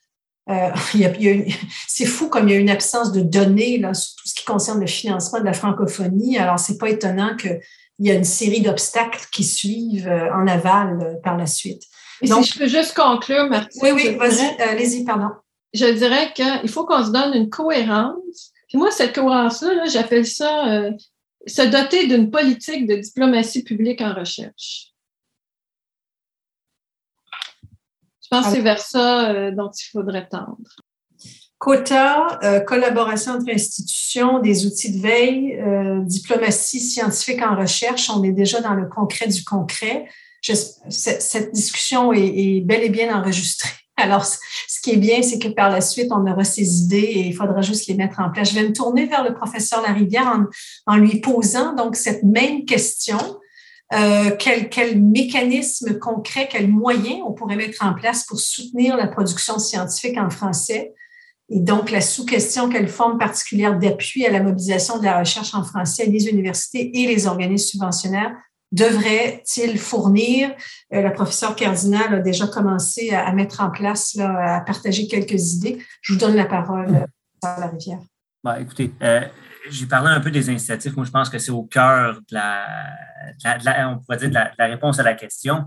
C'est fou comme il y a une absence de données là, sur tout ce qui concerne le financement de la francophonie. Alors, c'est pas étonnant qu'il y a une série d'obstacles qui suivent en aval par la suite. Et donc, si je peux juste conclure, Martine. Oui, vas-y, allez-y, pardon. Je dirais qu'il faut qu'on se donne une cohérence. Puis moi, cette cohérence-là, là, j'appelle ça se doter d'une politique de diplomatie publique en recherche. Je pense que c'est vers ça dont il faudrait tendre. Quota, collaboration entre institutions, des outils de veille, diplomatie scientifique en recherche. On est déjà dans le concret du concret. Cette discussion est bel et bien enregistrée Alors, ce qui est bien, c'est que par la suite, on aura ces idées et il faudra juste les mettre en place. Je vais me tourner vers le professeur Larivière en lui posant donc cette même question. Quel mécanisme concret, quels moyens on pourrait mettre en place pour soutenir la production scientifique en français? Et donc, la sous-question, quelle forme particulière d'appui à la mobilisation de la recherche en français les universités et les organismes subventionnaires devrait-il fournir? La professeure Cardinal a déjà commencé à mettre en place, là, à partager quelques idées. Je vous donne la parole, à Larivière. Bon, écoutez, j'ai parlé un peu des incitatifs. Moi, je pense que c'est au cœur de on pourrait dire de la réponse à la question.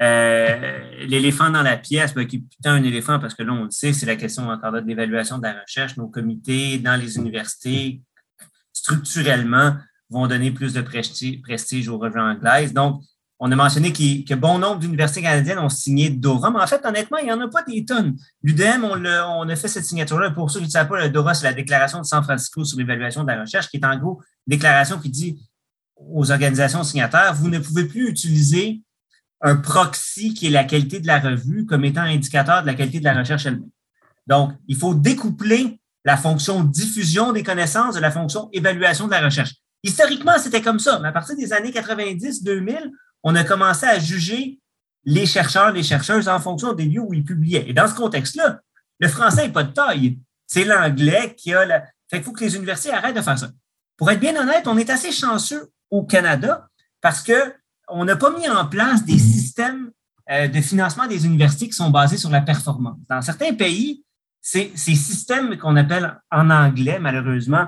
L'éléphant dans la pièce, qui est plutôt un éléphant parce que là, on le sait, c'est la question encore là de l'évaluation de la recherche. Nos comités dans les universités, structurellement, vont donner plus de prestige aux revues anglaises. Donc, on a mentionné que bon nombre d'universités canadiennes ont signé DORA, mais en fait, honnêtement, il n'y en a pas des tonnes. L'UDM, on a fait cette signature-là. Pour ceux qui ne savent pas, le DORA, c'est la Déclaration de San Francisco sur l'évaluation de la recherche, qui est en gros une déclaration qui dit aux organisations signataires, vous ne pouvez plus utiliser un proxy qui est la qualité de la revue comme étant indicateur de la qualité de la recherche elle-même. Donc, il faut découpler la fonction diffusion des connaissances de la fonction évaluation de la recherche. Historiquement, c'était comme ça, mais à partir des années 90-2000, on a commencé à juger les chercheurs, les chercheuses en fonction des lieux où ils publiaient. Et dans ce contexte-là, le français n'est pas de taille. C'est l'anglais qui a Fait qu'il faut que les universités arrêtent de faire ça. Pour être bien honnête, on est assez chanceux au Canada parce qu'on n'a pas mis en place des systèmes de financement des universités qui sont basés sur la performance. Dans certains pays, ces systèmes qu'on appelle en anglais, malheureusement,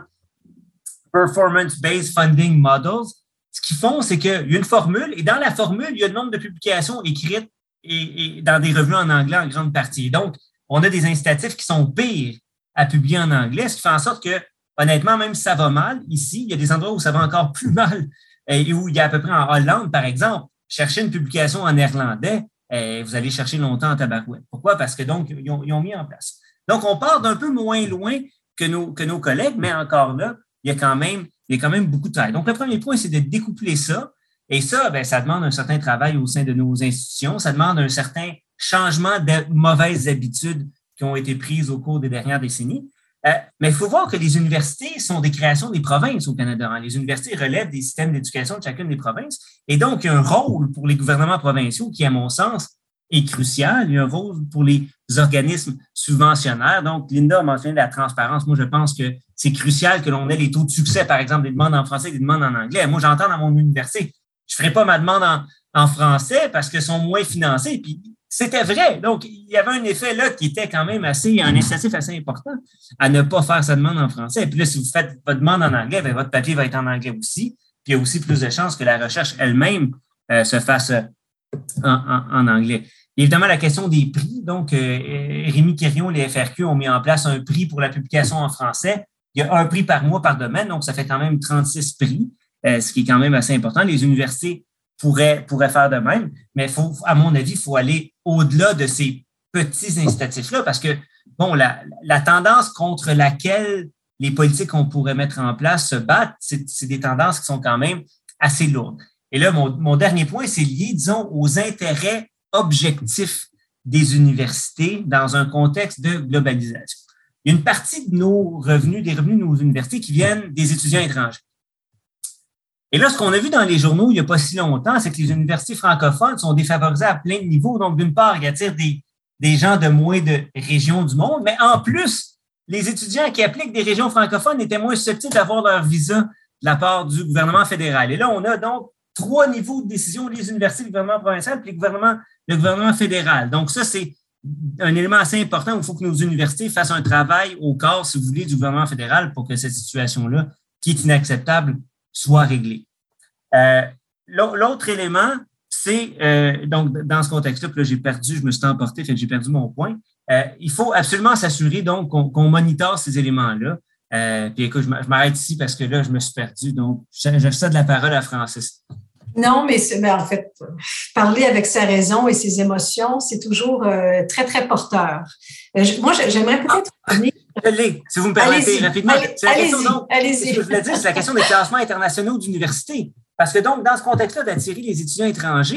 Performance-Based Funding Models, ce qu'ils font, c'est qu'il y a une formule, et dans la formule, il y a le nombre de publications écrites et dans des revues en anglais en grande partie. Donc, on a des incitatifs qui sont pires à publier en anglais, ce qui fait en sorte que, honnêtement, même si ça va mal, ici, il y a des endroits où ça va encore plus mal, et où il y a à peu près en Hollande, par exemple, chercher une publication en néerlandais, vous allez chercher longtemps en tabarouette. Pourquoi? Parce que donc, ils ont mis en place. Donc, on part d'un peu moins loin que nos collègues, mais encore là, il y a quand même beaucoup de travail. Donc, le premier point, c'est de découpler ça. Et ça, ça demande un certain travail au sein de nos institutions. Ça demande un certain changement de mauvaises habitudes qui ont été prises au cours des dernières décennies. Mais il faut voir que les universités sont des créations des provinces au Canada. Les universités relèvent des systèmes d'éducation de chacune des provinces. Et donc, il y a un rôle pour les gouvernements provinciaux qui, à mon sens, est crucial. Il y a un rôle pour les organismes subventionnaires. Donc, Linda a mentionné la transparence. Moi, je pense que c'est crucial que l'on ait les taux de succès, par exemple, des demandes en français et des demandes en anglais. Moi, j'entends dans mon université, je ne ferai pas ma demande en français parce qu'elles sont moins financées. Puis, c'était vrai. Donc, il y avait un effet là qui était quand même un incitatif assez important à ne pas faire sa demande en français. Et puis là, si vous faites votre demande en anglais, votre papier va être en anglais aussi. Puis, il y a aussi plus de chances que la recherche elle-même se fasse en anglais. Évidemment, la question des prix. Donc, Rémi Quirion, les FRQ ont mis en place un prix pour la publication en français. Il y a un prix par mois par domaine, donc ça fait quand même 36 prix, ce qui est quand même assez important. Les universités pourraient faire de même, mais à mon avis, il faut aller au-delà de ces petits incitatifs-là parce que, bon, la tendance contre laquelle les politiques qu'on pourrait mettre en place se battent, c'est des tendances qui sont quand même assez lourdes. Et là, mon dernier point, c'est lié, disons, aux intérêts objectifs des universités dans un contexte de globalisation. Il y a une partie de nos revenus, des revenus de nos universités qui viennent des étudiants étrangers. Et là, ce qu'on a vu dans les journaux il n'y a pas si longtemps, c'est que les universités francophones sont défavorisées à plein de niveaux. Donc, d'une part, ils attirent des gens de moins de régions du monde, mais en plus, les étudiants qui appliquent des régions francophones étaient moins susceptibles d'avoir leur visa de la part du gouvernement fédéral. Et là, on a donc 3 niveaux de décision, les universités, le gouvernement provincial et le gouvernement fédéral. Donc, ça, c'est un élément assez important où il faut que nos universités fassent un travail au corps, si vous voulez, du gouvernement fédéral pour que cette situation-là, qui est inacceptable, soit réglée. L'autre élément, c'est, donc, dans ce contexte-là, puis là, je me suis emporté, fait que j'ai perdu mon point. Il faut absolument s'assurer, donc, qu'on monitore ces éléments-là. Puis écoute, je m'arrête ici parce que là, je me suis perdu. Donc, je cède la parole à Francis. Non, mais en fait, parler avec sa raison et ses émotions, c'est toujours très, très porteur. Moi, j'aimerais peut-être revenir. Si vous me permettez rapidement. Allez-y. Ce que je voulais dire, c'est la question des classements internationaux d'université. Parce que donc, dans ce contexte-là, d'attirer les étudiants étrangers,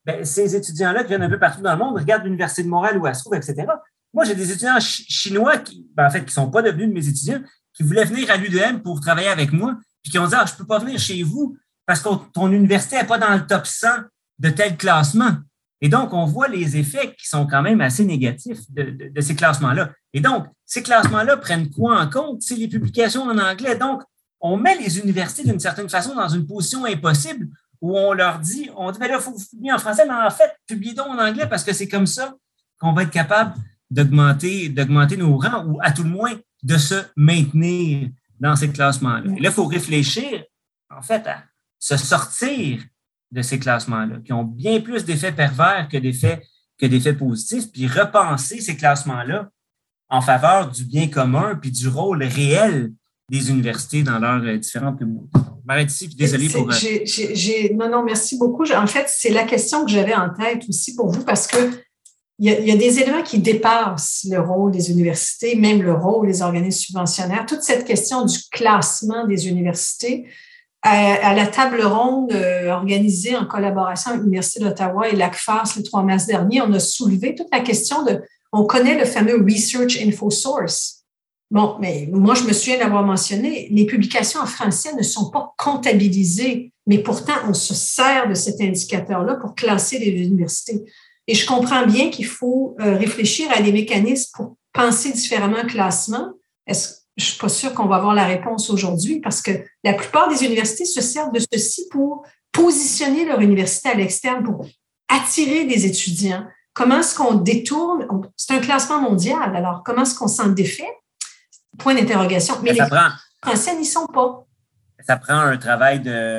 bien, ces étudiants-là qui viennent un peu partout dans le monde regardent l'Université de Montréal où elle se trouve, etc. Moi, j'ai des étudiants chinois qui ne sont pas devenus de mes étudiants, qui voulaient venir à l'UDM pour travailler avec moi, puis qui ont dit, je ne peux pas venir chez vous parce que ton université n'est pas dans le top 100 de tel classement. Et donc, on voit les effets qui sont quand même assez négatifs de ces classements-là. Et donc, ces classements-là prennent quoi en compte? C'est les publications en anglais. Donc, on met les universités d'une certaine façon dans une position impossible où on leur dit, ben là, il faut que vous publiez en français, mais en fait, publiez donc en anglais parce que c'est comme ça qu'on va être capable d'augmenter nos rangs ou à tout le moins de se maintenir dans ces classements-là. Et là, il faut réfléchir, en fait, à se sortir de ces classements-là, qui ont bien plus d'effets pervers que d'effets positifs, puis repenser ces classements-là en faveur du bien commun puis du rôle réel des universités dans leurs différentes communautés. Je m'arrête ici, puis désolé pour... Non, merci beaucoup. En fait, c'est la question que j'avais en tête aussi pour vous, parce que il y a des éléments qui dépassent le rôle des universités, même le rôle des organismes subventionnaires. Toute cette question du classement des universités, à la table ronde organisée en collaboration avec l'Université d'Ottawa et l'ACFAS le 3 mars dernier, on a soulevé toute la question on connaît le fameux Research Info Source. Bon, mais moi, je me souviens d'avoir mentionné, les publications en français ne sont pas comptabilisées, mais pourtant, on se sert de cet indicateur-là pour classer les universités. Et je comprends bien qu'il faut réfléchir à des mécanismes pour penser différemment le classement. Je ne suis pas sûre qu'on va avoir la réponse aujourd'hui parce que la plupart des universités se servent de ceci pour positionner leur université à l'externe, pour attirer des étudiants. Comment est-ce qu'on détourne? C'est un classement mondial, alors comment est-ce qu'on s'en défait? Point d'interrogation. Mais les Français n'y sont pas. Ça prend un travail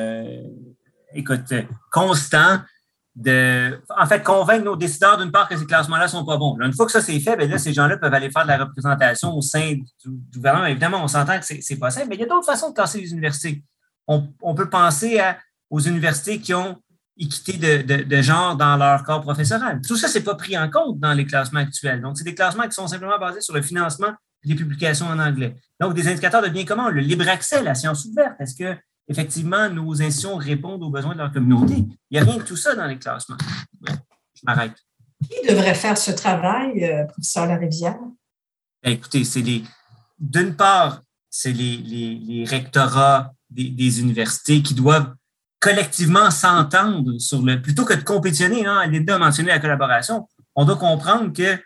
constant en fait, convaincre nos décideurs d'une part que ces classements-là ne sont pas bons. Là, une fois que ça c'est fait, bien là, ces gens-là peuvent aller faire de la représentation au sein du gouvernement. Évidemment, on s'entend que c'est possible, mais il y a d'autres façons de classer les universités. On peut penser aux universités qui ont équité de genre dans leur corps professoral. Tout ça, ce n'est pas pris en compte dans les classements actuels. Donc, c'est des classements qui sont simplement basés sur le financement et les publications en anglais. Donc, des indicateurs de bien commun, le libre accès, la science ouverte. Est-ce que effectivement, nos institutions répondent aux besoins de leur communauté? Il n'y a rien de tout ça dans les classements. Ouais, je m'arrête. Qui devrait faire ce travail, professeur Larivière? Écoutez, d'une part, c'est les rectorats des universités qui doivent collectivement s'entendre plutôt que de compétitionner, hein, Linda a mentionné la collaboration, on doit comprendre que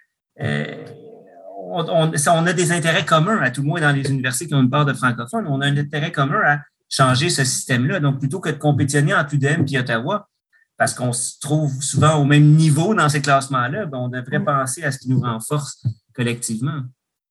on a des intérêts communs, à tout le moins dans les universités qui ont une part de francophones, on a un intérêt commun à changer ce système-là. Donc, plutôt que de compétitionner entre UDM et Ottawa, parce qu'on se trouve souvent au même niveau dans ces classements-là, on devrait penser à ce qui nous renforce collectivement.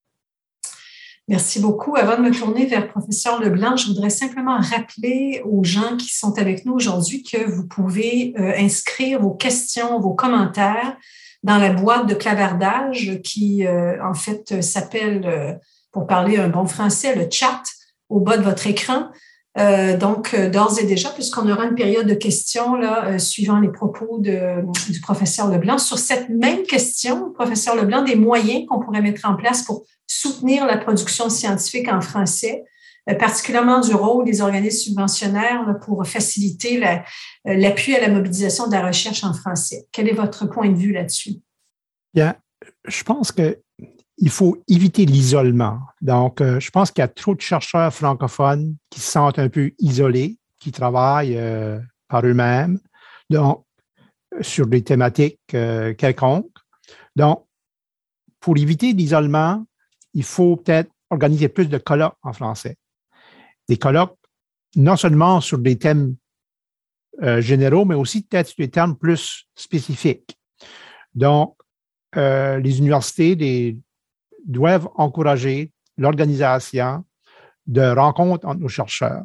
Merci beaucoup. Avant de me tourner vers le professeur Leblanc, je voudrais simplement rappeler aux gens qui sont avec nous aujourd'hui que vous pouvez inscrire vos questions, vos commentaires dans la boîte de clavardage qui, en fait, s'appelle, pour parler un bon français, le chat au bas de votre écran. Donc, d'ores et déjà, puisqu'on aura une période de questions là, suivant les propos du professeur Leblanc, sur cette même question, professeur Leblanc, des moyens qu'on pourrait mettre en place pour soutenir la production scientifique en français, particulièrement du rôle des organismes subventionnaires là, pour faciliter l'appui à la mobilisation de la recherche en français. Quel est votre point de vue là-dessus? Bien, je pense qu'il faut éviter l'isolement. Donc, je pense qu'il y a trop de chercheurs francophones qui se sentent un peu isolés, qui travaillent par eux-mêmes, donc sur des thématiques quelconques. Donc, pour éviter l'isolement, il faut peut-être organiser plus de colloques en français. Des colloques non seulement sur des thèmes généraux, mais aussi peut-être sur des termes plus spécifiques. Donc, les universités doivent encourager l'organisation de rencontres entre nos chercheurs.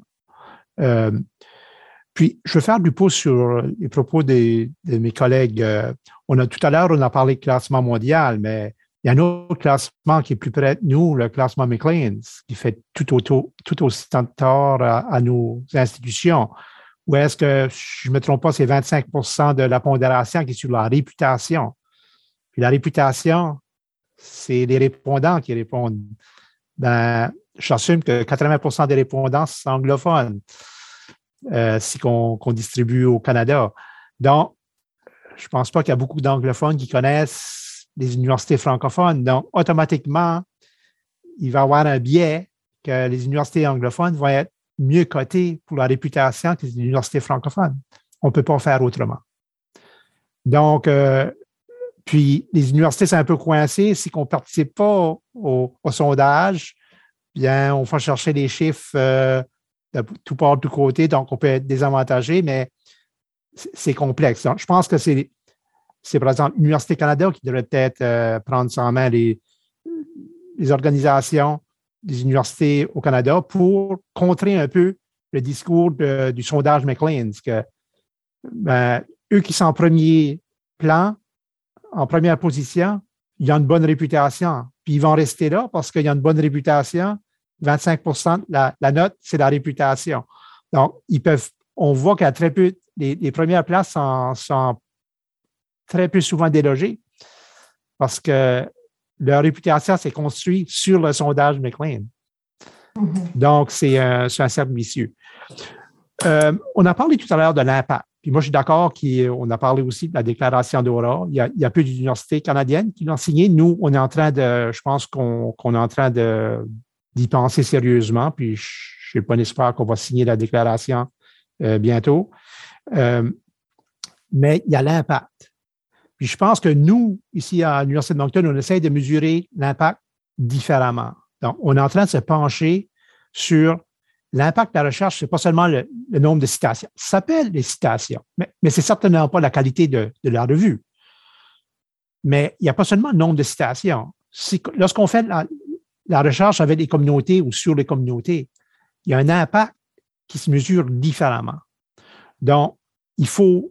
Puis, je veux faire du pouce sur les propos de mes collègues. Tout à l'heure, on a parlé de classement mondial, mais il y a un autre classement qui est plus près de nous, le classement Maclean's, qui fait tout aussi tort à nos institutions. Ou est-ce que, je ne me trompe pas, c'est 25% de la pondération qui est sur la réputation. Puis la réputation, c'est les répondants qui répondent. J'assume que 80% des répondants sont anglophones, si qu'on distribue au Canada. Donc, je ne pense pas qu'il y a beaucoup d'anglophones qui connaissent les universités francophones. Donc, automatiquement, il va y avoir un biais que les universités anglophones vont être mieux cotées pour leur réputation que les universités francophones. On ne peut pas faire autrement. Donc, puis les universités sont un peu coincées. Si on ne participe pas au sondage, bien, on va chercher des chiffres de tout part, de tous côtés, donc on peut être désavantagé, mais c'est complexe. Donc, je pense que c'est par exemple l'Université Canada qui devrait peut-être prendre ça en main les organisations des universités au Canada pour contrer un peu le discours du sondage Maclean's, que eux qui sont en premier plan, en première position, ils ont une bonne réputation. Puis ils vont rester là parce qu'ils ont une bonne réputation. 25% la note, c'est la réputation. Donc, on voit qu'il y a très peu, les premières places sont très peu souvent délogées parce que leur réputation s'est construite sur le sondage Maclean. Donc, c'est un cercle vicieux. On a parlé tout à l'heure de l'impact. Puis moi, je suis d'accord qu'on a parlé aussi de la déclaration d'Aura. Il y a peu d'universités canadiennes qui l'ont signée. Nous, on est en train je pense qu'on est en train d'y penser sérieusement. Puis je n'ai pas l'espoir qu'on va signer la déclaration bientôt. Mais il y a l'impact. Puis je pense que nous, ici à l'Université de Moncton, on essaie de mesurer l'impact différemment. Donc, on est en train de se pencher sur l'impact de la recherche, ce n'est pas seulement le nombre de citations. Ça s'appelle les citations, mais ce n'est certainement pas la qualité de la revue. Mais il n'y a pas seulement le nombre de citations. Lorsqu'on fait la recherche avec les communautés ou sur les communautés, il y a un impact qui se mesure différemment. Donc, il faut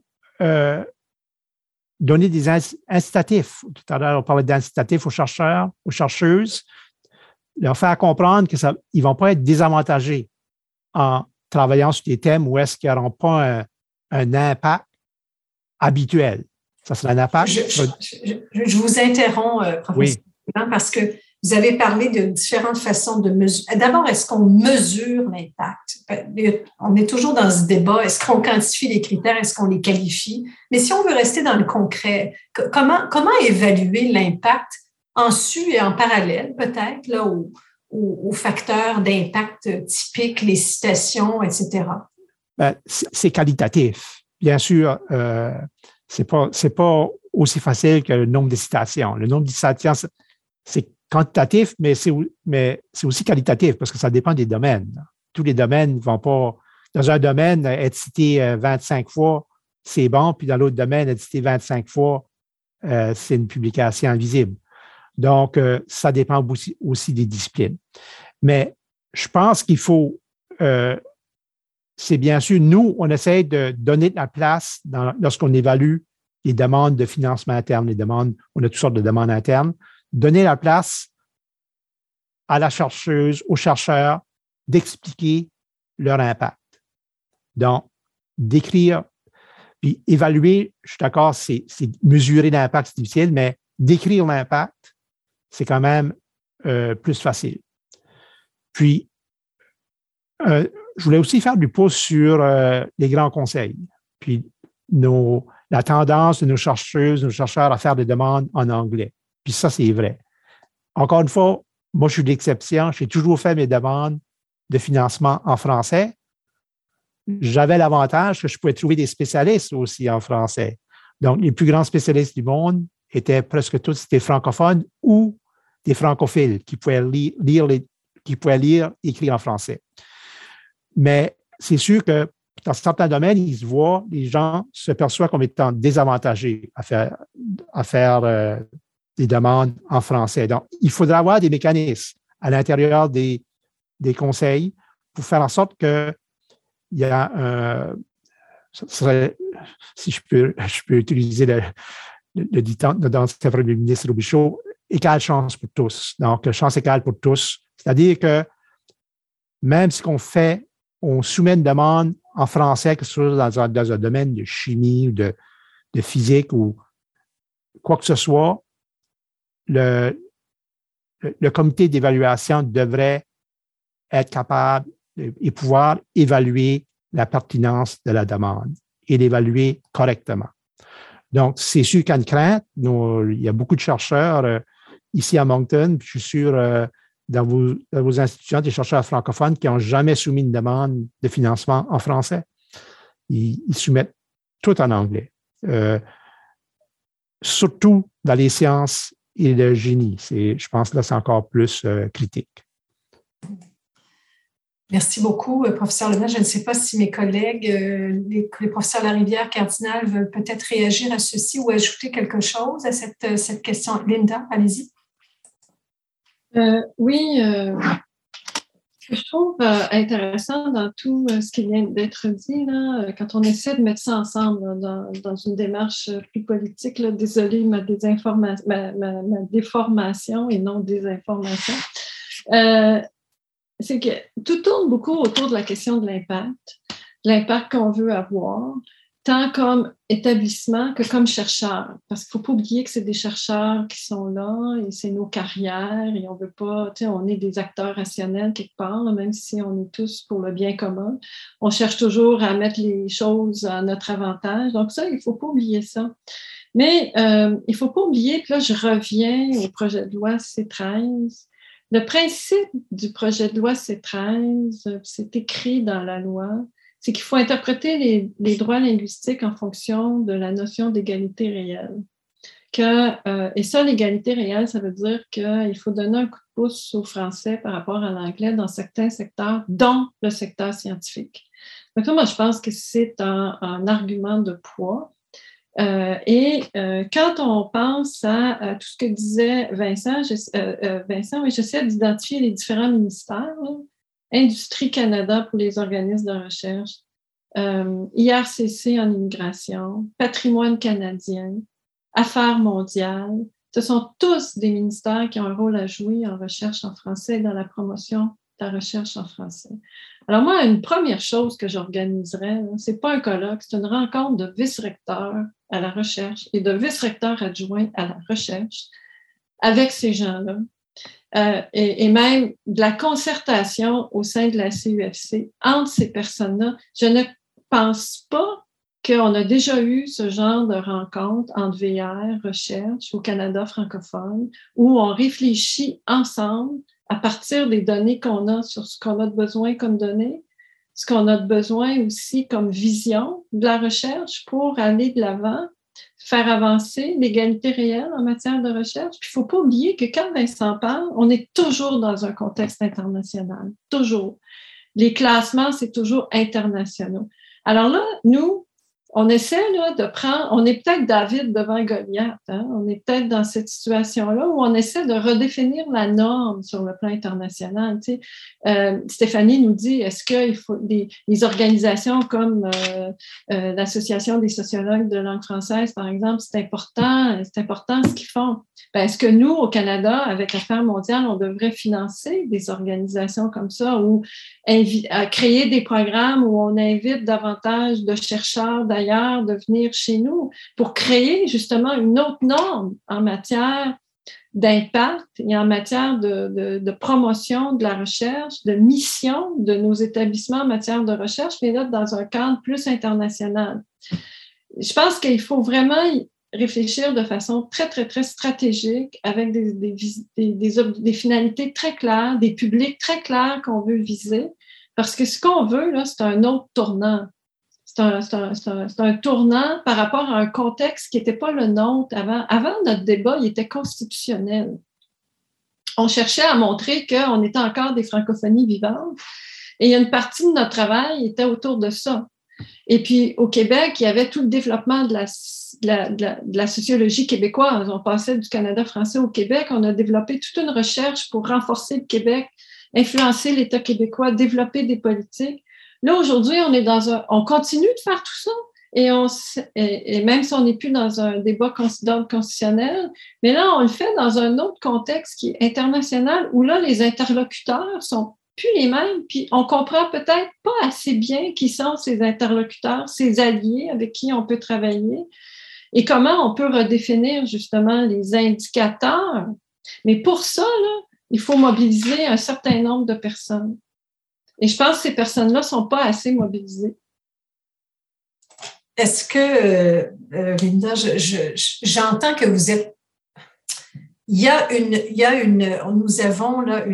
donner des incitatifs. Tout à l'heure, on parlait d'incitatifs aux chercheurs, aux chercheuses, leur faire comprendre qu'ils ne vont pas être désavantagés en travaillant sur des thèmes où est-ce qu'ils n'auront pas un impact habituel. Ça serait un impact. Je vous interromps, professeur, parce que vous avez parlé de différentes façons de mesurer. D'abord, est-ce qu'on mesure l'impact? On est toujours dans ce débat. Est-ce qu'on quantifie les critères? Est-ce qu'on les qualifie? Mais si on veut rester dans le concret, comment évaluer l'impact en su et en parallèle, peut-être, là, aux facteurs d'impact typiques, les citations, etc.? C'est qualitatif. Bien sûr, c'est pas aussi facile que le nombre de citations. Le nombre de citations, c'est quantitatif, mais c'est aussi qualitatif parce que ça dépend des domaines. Tous les domaines ne vont pas... Dans un domaine, être cité 25 fois, c'est bon, puis dans l'autre domaine, être cité 25 fois, c'est une publication invisible. Donc, ça dépend aussi des disciplines. Mais je pense qu'il faut, c'est bien sûr, nous, on essaie de donner de la place lorsqu'on évalue les demandes de financement interne, on a toutes sortes de demandes internes, donner la place à la chercheuse, aux chercheurs, d'expliquer leur impact. Donc, d'écrire, puis évaluer, je suis d'accord, c'est mesurer l'impact, c'est difficile, mais décrire l'impact, c'est quand même plus facile. Puis, je voulais aussi faire du pouce sur les grands conseils. Puis, la tendance de nos chercheuses, nos chercheurs à faire des demandes en anglais. Puis ça, c'est vrai. Encore une fois, moi, je suis l'exception. J'ai toujours fait mes demandes de financement en français. J'avais l'avantage que je pouvais trouver des spécialistes aussi en français. Donc, les plus grands spécialistes du monde étaient presque tous des francophones ou des francophiles qui pouvaient lire écrit en français. Mais c'est sûr que dans certains domaines, les gens se perçoivent comme étant désavantagés à faire des demandes en français. Donc, il faudra avoir des mécanismes à l'intérieur des conseils pour faire en sorte qu'il y a si je peux utiliser le dicton de l'ancien premier ministre Robichaud, égale chance pour tous. Donc, chance égale pour tous. C'est-à-dire que même si on soumet une demande en français, que ce soit dans un domaine de chimie ou de physique ou quoi que ce soit, le comité d'évaluation devrait être capable et pouvoir évaluer la pertinence de la demande et l'évaluer correctement. Donc, c'est sûr qu'il y a une crainte. Il y a beaucoup de chercheurs ici à Moncton, puis je suis sûr dans vos institutions, des chercheurs francophones qui n'ont jamais soumis une demande de financement en français. Ils soumettent tout en anglais. Surtout dans les sciences et le génie. Je pense que là, c'est encore plus critique. Merci beaucoup, professeur Leblanc. Je ne sais pas si mes collègues, les professeurs Larivière, Cardinal, veulent peut-être réagir à ceci ou ajouter quelque chose à cette question. Linda, allez-y. Oui, ce que je trouve intéressant dans tout ce qui vient d'être dit, là, quand on essaie de mettre ça ensemble là, dans une démarche plus politique, là, désolée, ma déformation et non désinformation, c'est que tout tourne beaucoup autour de la question de l'impact qu'on veut avoir, tant comme établissement que comme chercheur. Parce qu'il ne faut pas oublier que c'est des chercheurs qui sont là et c'est nos carrières et on veut pas, on est des acteurs rationnels quelque part, là, même si on est tous pour le bien commun. On cherche toujours à mettre les choses à notre avantage. Donc ça, il ne faut pas oublier ça. Mais il ne faut pas oublier, puis là, je reviens au projet de loi C-13. Le principe du projet de loi C-13, c'est écrit dans la loi, c'est qu'il faut interpréter les droits linguistiques en fonction de la notion d'égalité réelle. Et ça, l'égalité réelle, ça veut dire qu'il faut donner un coup de pouce au français par rapport à l'anglais dans certains secteurs, dont le secteur scientifique. Donc là, moi, je pense que c'est un argument de poids. Quand on pense à tout ce que disait Vincent, oui, j'essaie d'identifier les différents ministères, là. Industrie Canada pour les organismes de recherche, IRCC en immigration, Patrimoine canadien, Affaires mondiales. Ce sont tous des ministères qui ont un rôle à jouer en recherche en français et dans la promotion de la recherche en français. Alors moi, une première chose que j'organiserais, c'est pas un colloque, c'est une rencontre de vice-recteurs à la recherche et de vice-recteurs adjoints à la recherche avec ces gens-là. Et même de la concertation au sein de la CUFC entre ces personnes-là. Je ne pense pas qu'on a déjà eu ce genre de rencontre entre VR, recherche au Canada francophone, où on réfléchit ensemble à partir des données qu'on a sur ce qu'on a de besoin comme données, ce qu'on a de besoin aussi comme vision de la recherche pour aller de l'avant, faire avancer l'égalité réelle en matière de recherche. Puis il ne faut pas oublier que quand Vincent parle, on est toujours dans un contexte international, toujours. Les classements, c'est toujours internationaux. Alors là, nous, on essaie là, de prendre, on est peut-être David devant Goliath, hein? On est peut-être dans cette situation-là où on essaie de redéfinir la norme sur le plan international. Tu sais, Stéphanie nous dit, est-ce qu'il faut des organisations comme l'Association des sociologues de langue française, par exemple, c'est important ce qu'ils font. Ben, est-ce que nous, au Canada, avec Affaires mondiales, on devrait financer des organisations comme ça ou créer des programmes où on invite davantage de chercheurs d'ailleurs de venir chez nous pour créer justement une autre norme en matière d'impact et en matière de promotion de la recherche, de mission de nos établissements en matière de recherche, mais là, dans un cadre plus international. Je pense qu'il faut vraiment réfléchir de façon très, très, très stratégique avec des finalités très claires, des publics très clairs qu'on veut viser, parce que ce qu'on veut, là, c'est un autre tournant. C'est un tournant par rapport à un contexte qui n'était pas le nôtre avant. Avant, notre débat, il était constitutionnel. On cherchait à montrer qu'on était encore des francophonies vivantes et il y a une partie de notre travail qui était autour de ça. Et puis, au Québec, il y avait tout le développement de la sociologie québécoise. On passait du Canada français au Québec. On a développé toute une recherche pour renforcer le Québec, influencer l'État québécois, développer des politiques. Là, aujourd'hui, on continue de faire tout ça. Et même si on n'est plus dans un débat d'ordre constitutionnel, mais là, on le fait dans un autre contexte qui est international, où là, les interlocuteurs sont plus les mêmes, puis on comprend peut-être pas assez bien qui sont ces interlocuteurs, ces alliés avec qui on peut travailler, et comment on peut redéfinir justement les indicateurs. Mais pour ça, là, il faut mobiliser un certain nombre de personnes. Et je pense que ces personnes-là ne sont pas assez mobilisées. Est-ce que, Linda, j'entends que vous êtes... nous avons là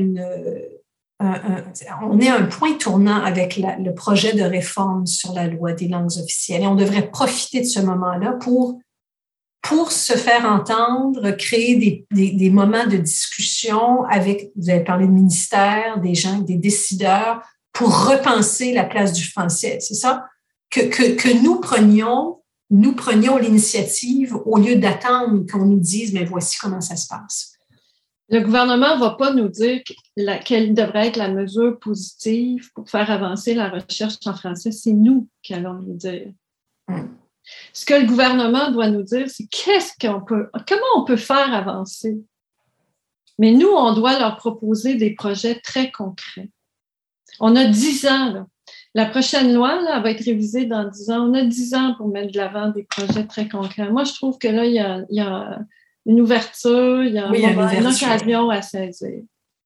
on est à un point tournant avec le projet de réforme sur la loi des langues officielles et on devrait profiter de ce moment-là pour se faire entendre, créer des moments de discussion avec, vous avez parlé de ministères, des gens, des décideurs, pour repenser la place du français. C'est ça? Que nous prenions l'initiative au lieu d'attendre qu'on nous dise, mais voici comment ça se passe. Le gouvernement ne va pas nous dire quelle devrait être la mesure positive pour faire avancer la recherche en français. C'est nous qui allons nous dire. Ce que le gouvernement doit nous dire, c'est comment on peut faire avancer. Mais nous, on doit leur proposer des projets très concrets. On a 10 ans, là. La prochaine loi, là, elle va être révisée dans 10 ans. On a 10 ans pour mettre de l'avant des projets très concrets. Moi, je trouve que là, il y a une ouverture, il y a une occasion à saisir.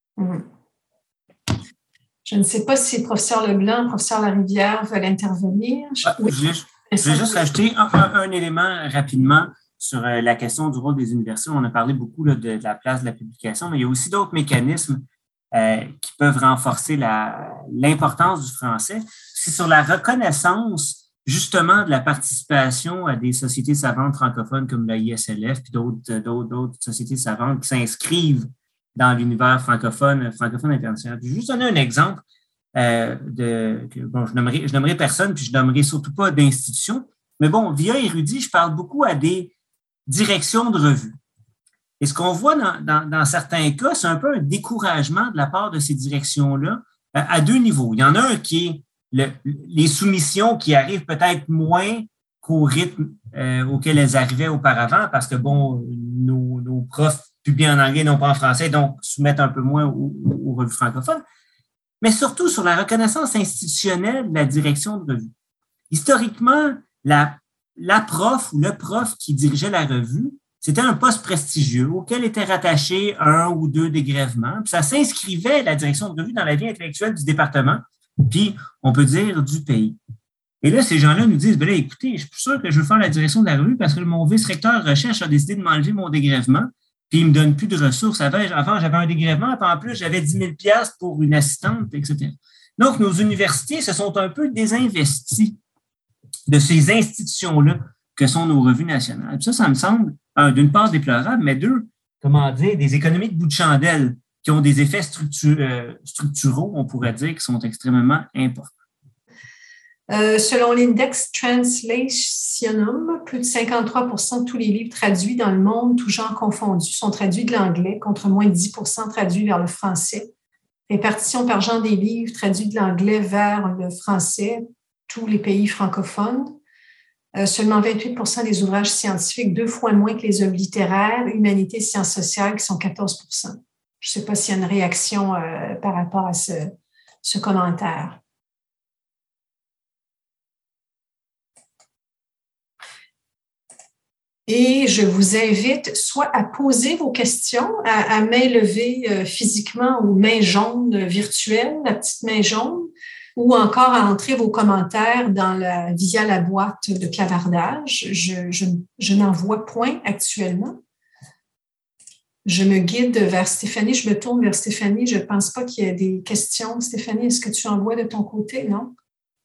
Je ne sais pas si le professeur Leblanc, le professeur Larivière veulent intervenir. Je vais juste rajouter un élément rapidement sur la question du rôle des universités. On a parlé beaucoup là, de la place de la publication, mais il y a aussi d'autres mécanismes qui peuvent renforcer l'importance du français. C'est sur la reconnaissance justement de la participation à des sociétés savantes francophones comme la ISLF puis d'autres sociétés savantes qui s'inscrivent dans l'univers francophone international. Je vais juste donner un exemple. Je nommerai personne, puis je nommerai surtout pas d'institution. Mais bon, via Érudit, je parle beaucoup à des directions de revues. Et ce qu'on voit dans certains cas, c'est un peu un découragement de la part de ces directions-là à deux niveaux. Il y en a un qui est les soumissions qui arrivent peut-être moins qu'au rythme auquel elles arrivaient auparavant, parce que, bon, nos profs publient en anglais, non pas en français, donc soumettent un peu moins aux revues francophones. Mais surtout sur la reconnaissance institutionnelle de la direction de revue. Historiquement, la prof ou le prof qui dirigeait la revue, c'était un poste prestigieux auquel étaient rattachés 1 ou 2 dégrèvements. Puis ça s'inscrivait, la direction de revue, dans la vie intellectuelle du département, puis on peut dire du pays. Et là, ces gens-là nous disent, là, écoutez, je suis sûr que je veux faire la direction de la revue parce que mon vice-recteur recherche a décidé de m'enlever mon dégrèvement, puis il ne me donne plus de ressources. Avant, j'avais un dégrèvement, puis en plus, j'avais 10 000 $ pour une assistante, etc. Donc, nos universités se sont un peu désinvesties de ces institutions-là que sont nos revues nationales. Puis ça me semble, d'une part, déplorable, mais deux, des économies de bout de chandelle qui ont des effets structuraux, on pourrait dire, qui sont extrêmement importants. Selon l'index Translationum, plus de 53% de tous les livres traduits dans le monde, tous genres confondus, sont traduits de l'anglais, contre moins de 10% traduits vers le français. Répartition par genre des livres traduits de l'anglais vers le français, tous les pays francophones. Seulement 28% des ouvrages scientifiques, 2 fois moins que les œuvres littéraires, humanités et sciences sociales, qui sont 14%. Je ne sais pas s'il y a une réaction par rapport à ce commentaire. Et je vous invite soit à poser vos questions, à main levée physiquement ou main jaune virtuelle, la petite main jaune, ou encore à entrer vos commentaires via la boîte de clavardage. Je n'en vois point actuellement. Je me guide vers Stéphanie, je me tourne vers Stéphanie. Je ne pense pas qu'il y ait des questions. Stéphanie, est-ce que tu en vois de ton côté, non?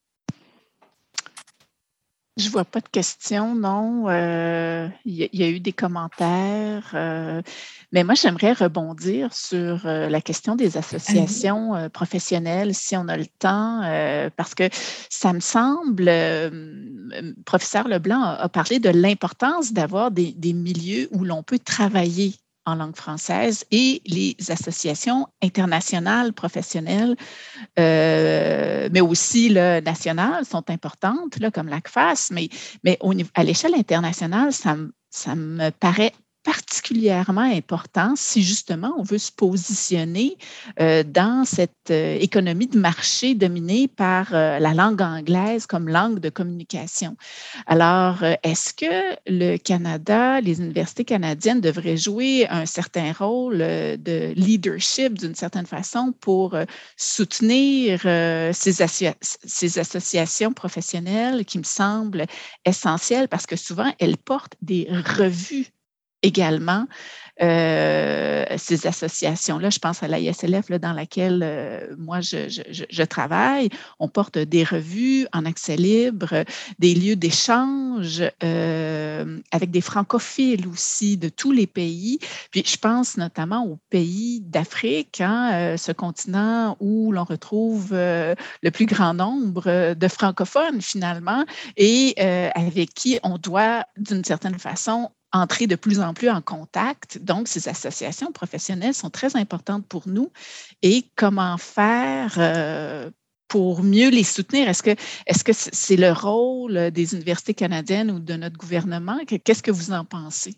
Je ne vois pas de questions, non. Il y a eu des commentaires. Mais moi, j'aimerais rebondir sur la question des associations professionnelles, si on a le temps, parce que ça me semble, professeur Leblanc a parlé de l'importance d'avoir des milieux où l'on peut travailler en langue française et les associations internationales professionnelles, mais aussi là, nationales, sont importantes, là, comme l'ACFAS, mais à l'échelle internationale, ça me paraît particulièrement important si justement on veut se positionner dans cette économie de marché dominée par la langue anglaise comme langue de communication. Alors, est-ce que le Canada, les universités canadiennes devraient jouer un certain rôle de leadership d'une certaine façon pour soutenir ces associations professionnelles qui me semblent essentielles parce que souvent elles portent des revues également, ces associations-là. Je pense à l'ISLF dans laquelle moi je travaille. On porte des revues en accès libre, des lieux d'échange avec des francophiles aussi de tous les pays. Puis je pense notamment aux pays d'Afrique, ce continent où l'on retrouve le plus grand nombre de francophones finalement et avec qui on doit d'une certaine façon entrer de plus en plus en contact. Donc, ces associations professionnelles sont très importantes pour nous. Et comment faire pour mieux les soutenir? Est-ce que c'est le rôle des universités canadiennes ou de notre gouvernement? Qu'est-ce que vous en pensez?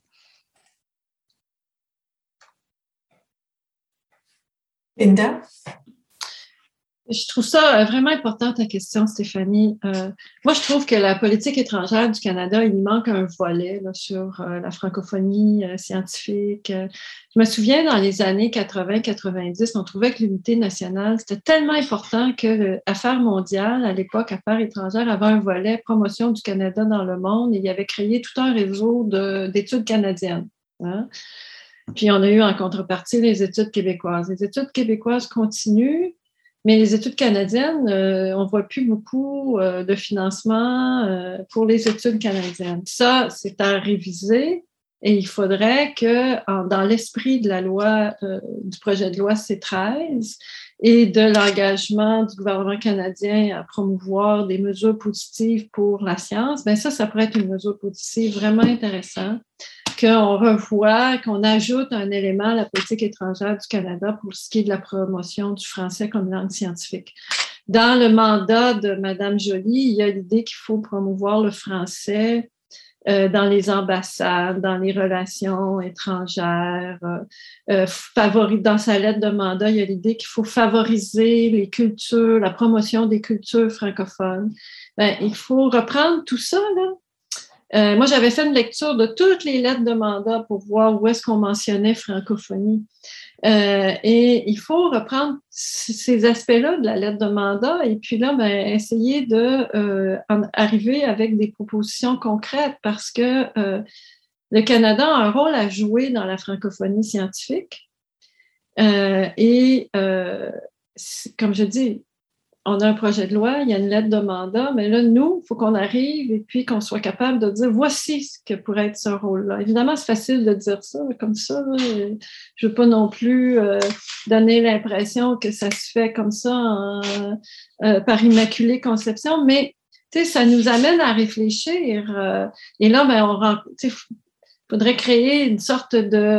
Linda? Je trouve ça vraiment important, ta question, Stéphanie. Moi, je trouve que la politique étrangère du Canada, il manque un volet là, sur la francophonie scientifique. Je me souviens, dans les années 80-90, on trouvait que l'unité nationale, c'était tellement important que Affaires mondiales, à l'époque, Affaires étrangères, avait un volet promotion du Canada dans le monde et il avait créé tout un réseau d'études canadiennes. Hein? Puis, on a eu en contrepartie les études québécoises. Les études québécoises continuent, mais les études canadiennes, on ne voit plus beaucoup de financement pour les études canadiennes. Ça, c'est à réviser et il faudrait que, dans l'esprit de la loi, du projet de loi C-13 et de l'engagement du gouvernement canadien à promouvoir des mesures positives pour la science, bien ça pourrait être une mesure positive vraiment intéressante. Qu'on revoit, qu'on ajoute un élément à la politique étrangère du Canada pour ce qui est de la promotion du français comme langue scientifique. Dans le mandat de Mme Joly, il y a l'idée qu'il faut promouvoir le français dans les ambassades, dans les relations étrangères. Dans sa lettre de mandat, il y a l'idée qu'il faut favoriser les cultures, la promotion des cultures francophones. Bien, il faut reprendre tout ça, là. Moi, j'avais fait une lecture de toutes les lettres de mandat pour voir où est-ce qu'on mentionnait francophonie. Et il faut reprendre ces aspects-là de la lettre de mandat et puis là, essayer de arriver avec des propositions concrètes parce que le Canada a un rôle à jouer dans la francophonie scientifique. Comme je dis, on a un projet de loi, il y a une lettre de mandat, mais là, nous, il faut qu'on arrive et puis qu'on soit capable de dire voici ce que pourrait être ce rôle-là. Évidemment, c'est facile de dire ça comme ça. Là. Je ne veux pas non plus donner l'impression que ça se fait comme ça par immaculée conception, mais ça nous amène à réfléchir. Et là, il faudrait créer une sorte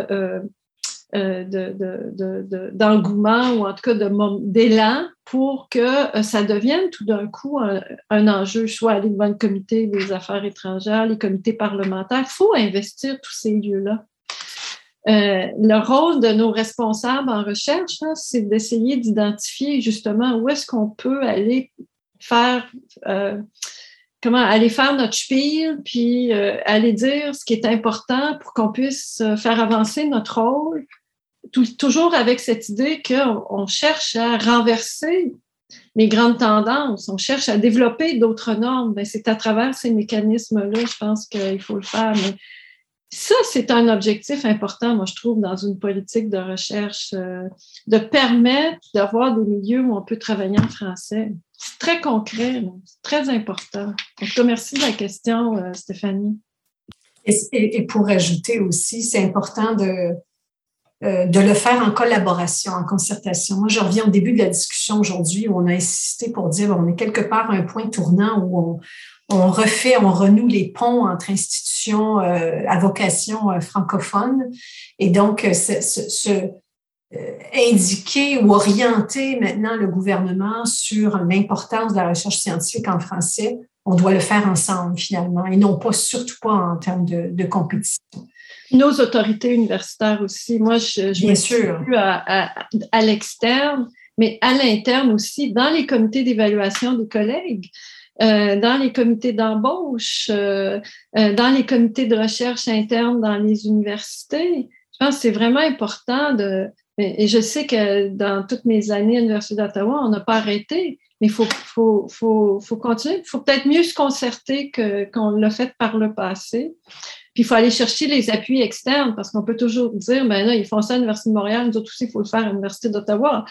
d'engouement ou en tout cas d'élan pour que ça devienne tout d'un coup un enjeu, soit aller devant le comité des affaires étrangères, les comités parlementaires. Il faut investir tous ces lieux-là. Le rôle de nos responsables en recherche, là, c'est d'essayer d'identifier justement où est-ce qu'on peut aller faire aller faire notre spiel, puis aller dire ce qui est important pour qu'on puisse faire avancer notre rôle, toujours avec cette idée qu'on cherche à renverser les grandes tendances, on cherche à développer d'autres normes. Bien, c'est à travers ces mécanismes-là, je pense qu'il faut le faire. Mais ça, c'est un objectif important, moi, je trouve, dans une politique de recherche, de permettre d'avoir des milieux où on peut travailler en français. C'est très concret, là. C'est très important. En tout cas, merci de la question, Stéphanie. Et pour ajouter aussi, c'est important de le faire en collaboration, en concertation. Moi, je reviens au début de la discussion aujourd'hui où on a insisté pour dire on est quelque part à un point tournant où on renoue les ponts entre institutions à vocation francophone. Et donc, indiquer ou orienter maintenant le gouvernement sur l'importance de la recherche scientifique en français, on doit le faire ensemble finalement et non pas, surtout pas en termes de compétition. Nos autorités universitaires aussi. Moi, je Bien sûr. me suis à l'externe, mais à l'interne aussi, dans les comités d'évaluation des collègues, dans les comités d'embauche, dans les comités de recherche interne dans les universités. Je pense que c'est vraiment important et je sais que dans toutes mes années à l'Université d'Ottawa, on n'a pas arrêté, mais il faut continuer. Il faut peut-être mieux se concerter qu'on l'a fait par le passé. Puis, il faut aller chercher les appuis externes parce qu'on peut toujours dire, ben là, ils font ça à l'Université de Montréal, nous autres aussi, il faut le faire à l'Université d'Ottawa.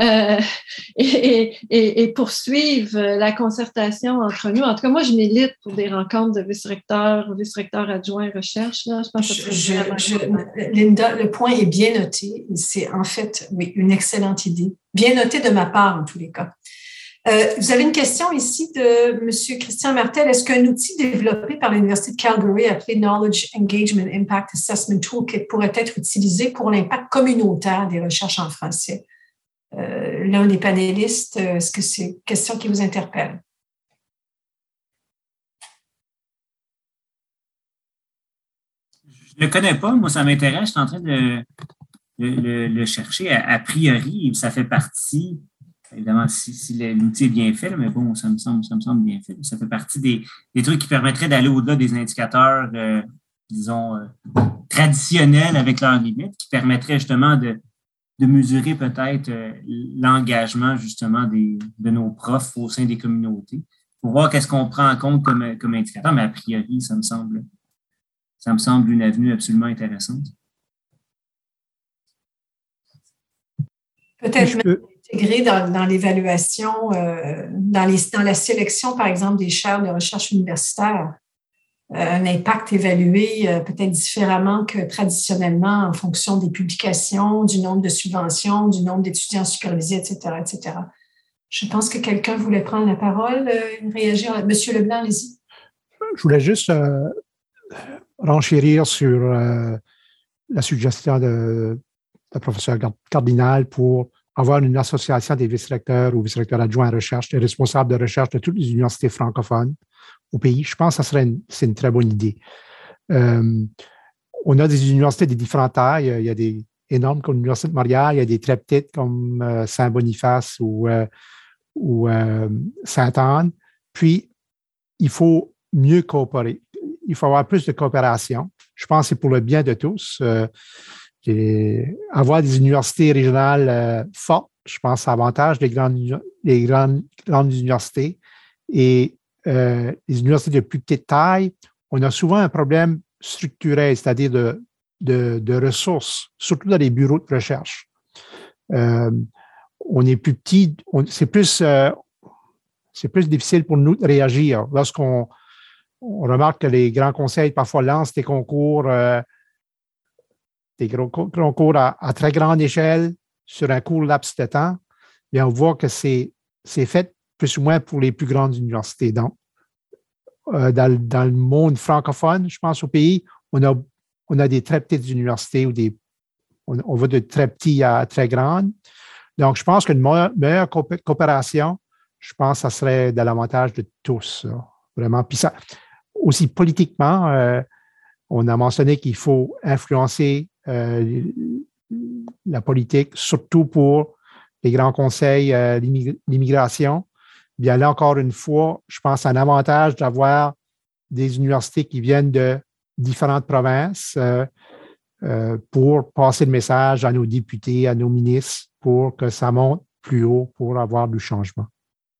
Et poursuivre la concertation entre nous. En tout cas, moi, je milite pour des rencontres de vice-recteurs adjoints recherche. Là. Je pense que Linda, le point est bien noté. C'est en fait, oui, une excellente idée. Bien noté de ma part, en tous les cas. Vous avez une question ici de M. Christian Martel. Est-ce qu'un outil développé par l'Université de Calgary appelé Knowledge Engagement Impact Assessment Toolkit pourrait être utilisé pour l'impact communautaire des recherches en français? L'un des panélistes, est-ce que c'est une question qui vous interpelle? Je ne le connais pas. Moi, ça m'intéresse. Je suis en train de le chercher. A priori, ça fait partie... Évidemment, si l'outil est bien fait, mais bon, ça me semble bien fait. Ça fait partie des trucs qui permettraient d'aller au-delà des indicateurs, disons, traditionnels avec leurs limites, qui permettraient justement de mesurer peut-être l'engagement justement de nos profs au sein des communautés, pour voir qu'est-ce qu'on prend en compte comme indicateur, mais a priori, ça me semble une avenue absolument intéressante. Peut-être même intégrer dans l'évaluation, dans la sélection, par exemple, des chaires de recherche universitaire, un impact évalué peut-être différemment que traditionnellement en fonction des publications, du nombre de subventions, du nombre d'étudiants supervisés, etc., etc. Je pense que quelqu'un voulait prendre la parole, réagir. Monsieur Leblanc, allez-y. Je voulais juste renchérir sur la suggestion de professeur Cardinal pour avoir une association des vice-recteurs ou vice-recteurs adjoints à recherche, des responsables de recherche de toutes les universités francophones au pays. Je pense que c'est une très bonne idée. On a des universités de différentes tailles. Il y a des énormes comme l'Université de Montréal, il y a des très petites comme Saint-Boniface ou Sainte-Anne. Puis, il faut mieux coopérer. Il faut avoir plus de coopération. Je pense que c'est pour le bien de tous. Avoir des universités régionales fortes, je pense que c'est l'avantage des grandes universités. Et les universités de plus petite taille, on a souvent un problème structurel, c'est-à-dire de ressources, surtout dans les bureaux de recherche. On est plus petit, c'est plus difficile pour nous de réagir. Lorsqu'on remarque que les grands conseils parfois lancent des concours à très grande échelle sur un court laps de temps, bien, on voit que c'est fait plus ou moins pour les plus grandes universités. Donc, dans le monde francophone, je pense au pays, on a des très petites universités ou on va de très petits à très grandes. Donc, je pense qu'une meilleure coopération, je pense que ça serait de l'avantage de tous, ça, vraiment. Puis ça, aussi politiquement, on a mentionné qu'il faut influencer la politique, surtout pour les grands conseils, l'immigration. Bien là, encore une fois, je pense à un avantage d'avoir des universités qui viennent de différentes provinces pour passer le message à nos députés, à nos ministres, pour que ça monte plus haut pour avoir du changement.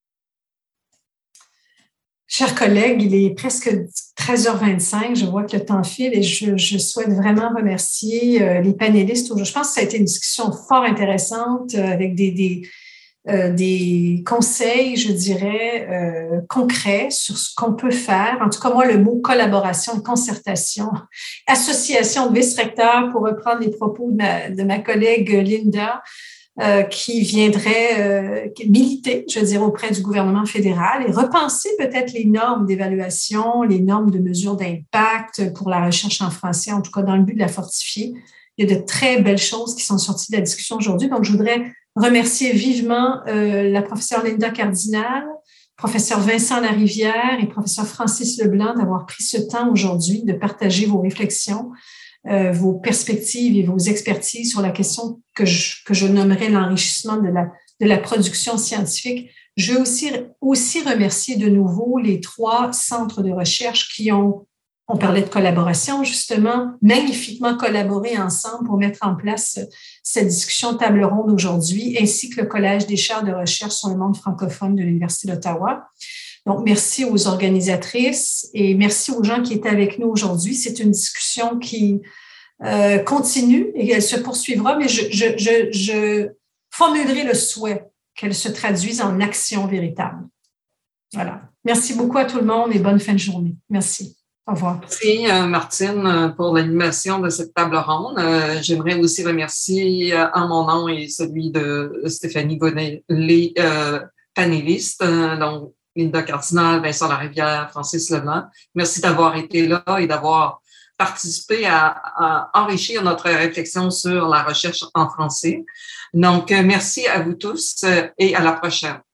Chers collègues, il est presque 13h25. Je vois que le temps file et je souhaite vraiment remercier les panélistes. Je pense que ça a été une discussion fort intéressante avec des conseils, je dirais, concrets sur ce qu'on peut faire. En tout cas, moi, le mot collaboration, concertation, association de vice-recteurs, pour reprendre les propos de ma collègue Linda, qui viendrait militer, je veux dire, auprès du gouvernement fédéral et repenser peut-être les normes d'évaluation, les normes de mesure d'impact pour la recherche en français, en tout cas dans le but de la fortifier. Il y a de très belles choses qui sont sorties de la discussion aujourd'hui. Donc, je voudrais remercier vivement la professeure Linda Cardinal, professeur Vincent Larivière et professeur Francis Leblanc d'avoir pris ce temps aujourd'hui de partager vos réflexions. vos perspectives et vos expertises sur la question que je nommerais l'enrichissement de la production scientifique. Je veux aussi remercier de nouveau les 3 centres de recherche qui on parlait de collaboration justement, magnifiquement collaboré ensemble pour mettre en place cette discussion table ronde aujourd'hui, ainsi que le Collège des chaires de recherche sur le monde francophone de l'Université d'Ottawa. Donc, merci aux organisatrices et merci aux gens qui étaient avec nous aujourd'hui. C'est une discussion qui continue et elle se poursuivra, mais je formulerai le souhait qu'elle se traduise en action véritable. Voilà. Merci beaucoup à tout le monde et bonne fin de journée. Merci. Au revoir. Merci, Martine, pour l'animation de cette table ronde. J'aimerais aussi remercier en mon nom et celui de Stéphanie Bonnet, les panélistes, donc Linda Cardinal, Vincent Larivière, Francis Leblanc. Merci d'avoir été là et d'avoir participé à enrichir notre réflexion sur la recherche en français. Donc, merci à vous tous et à la prochaine.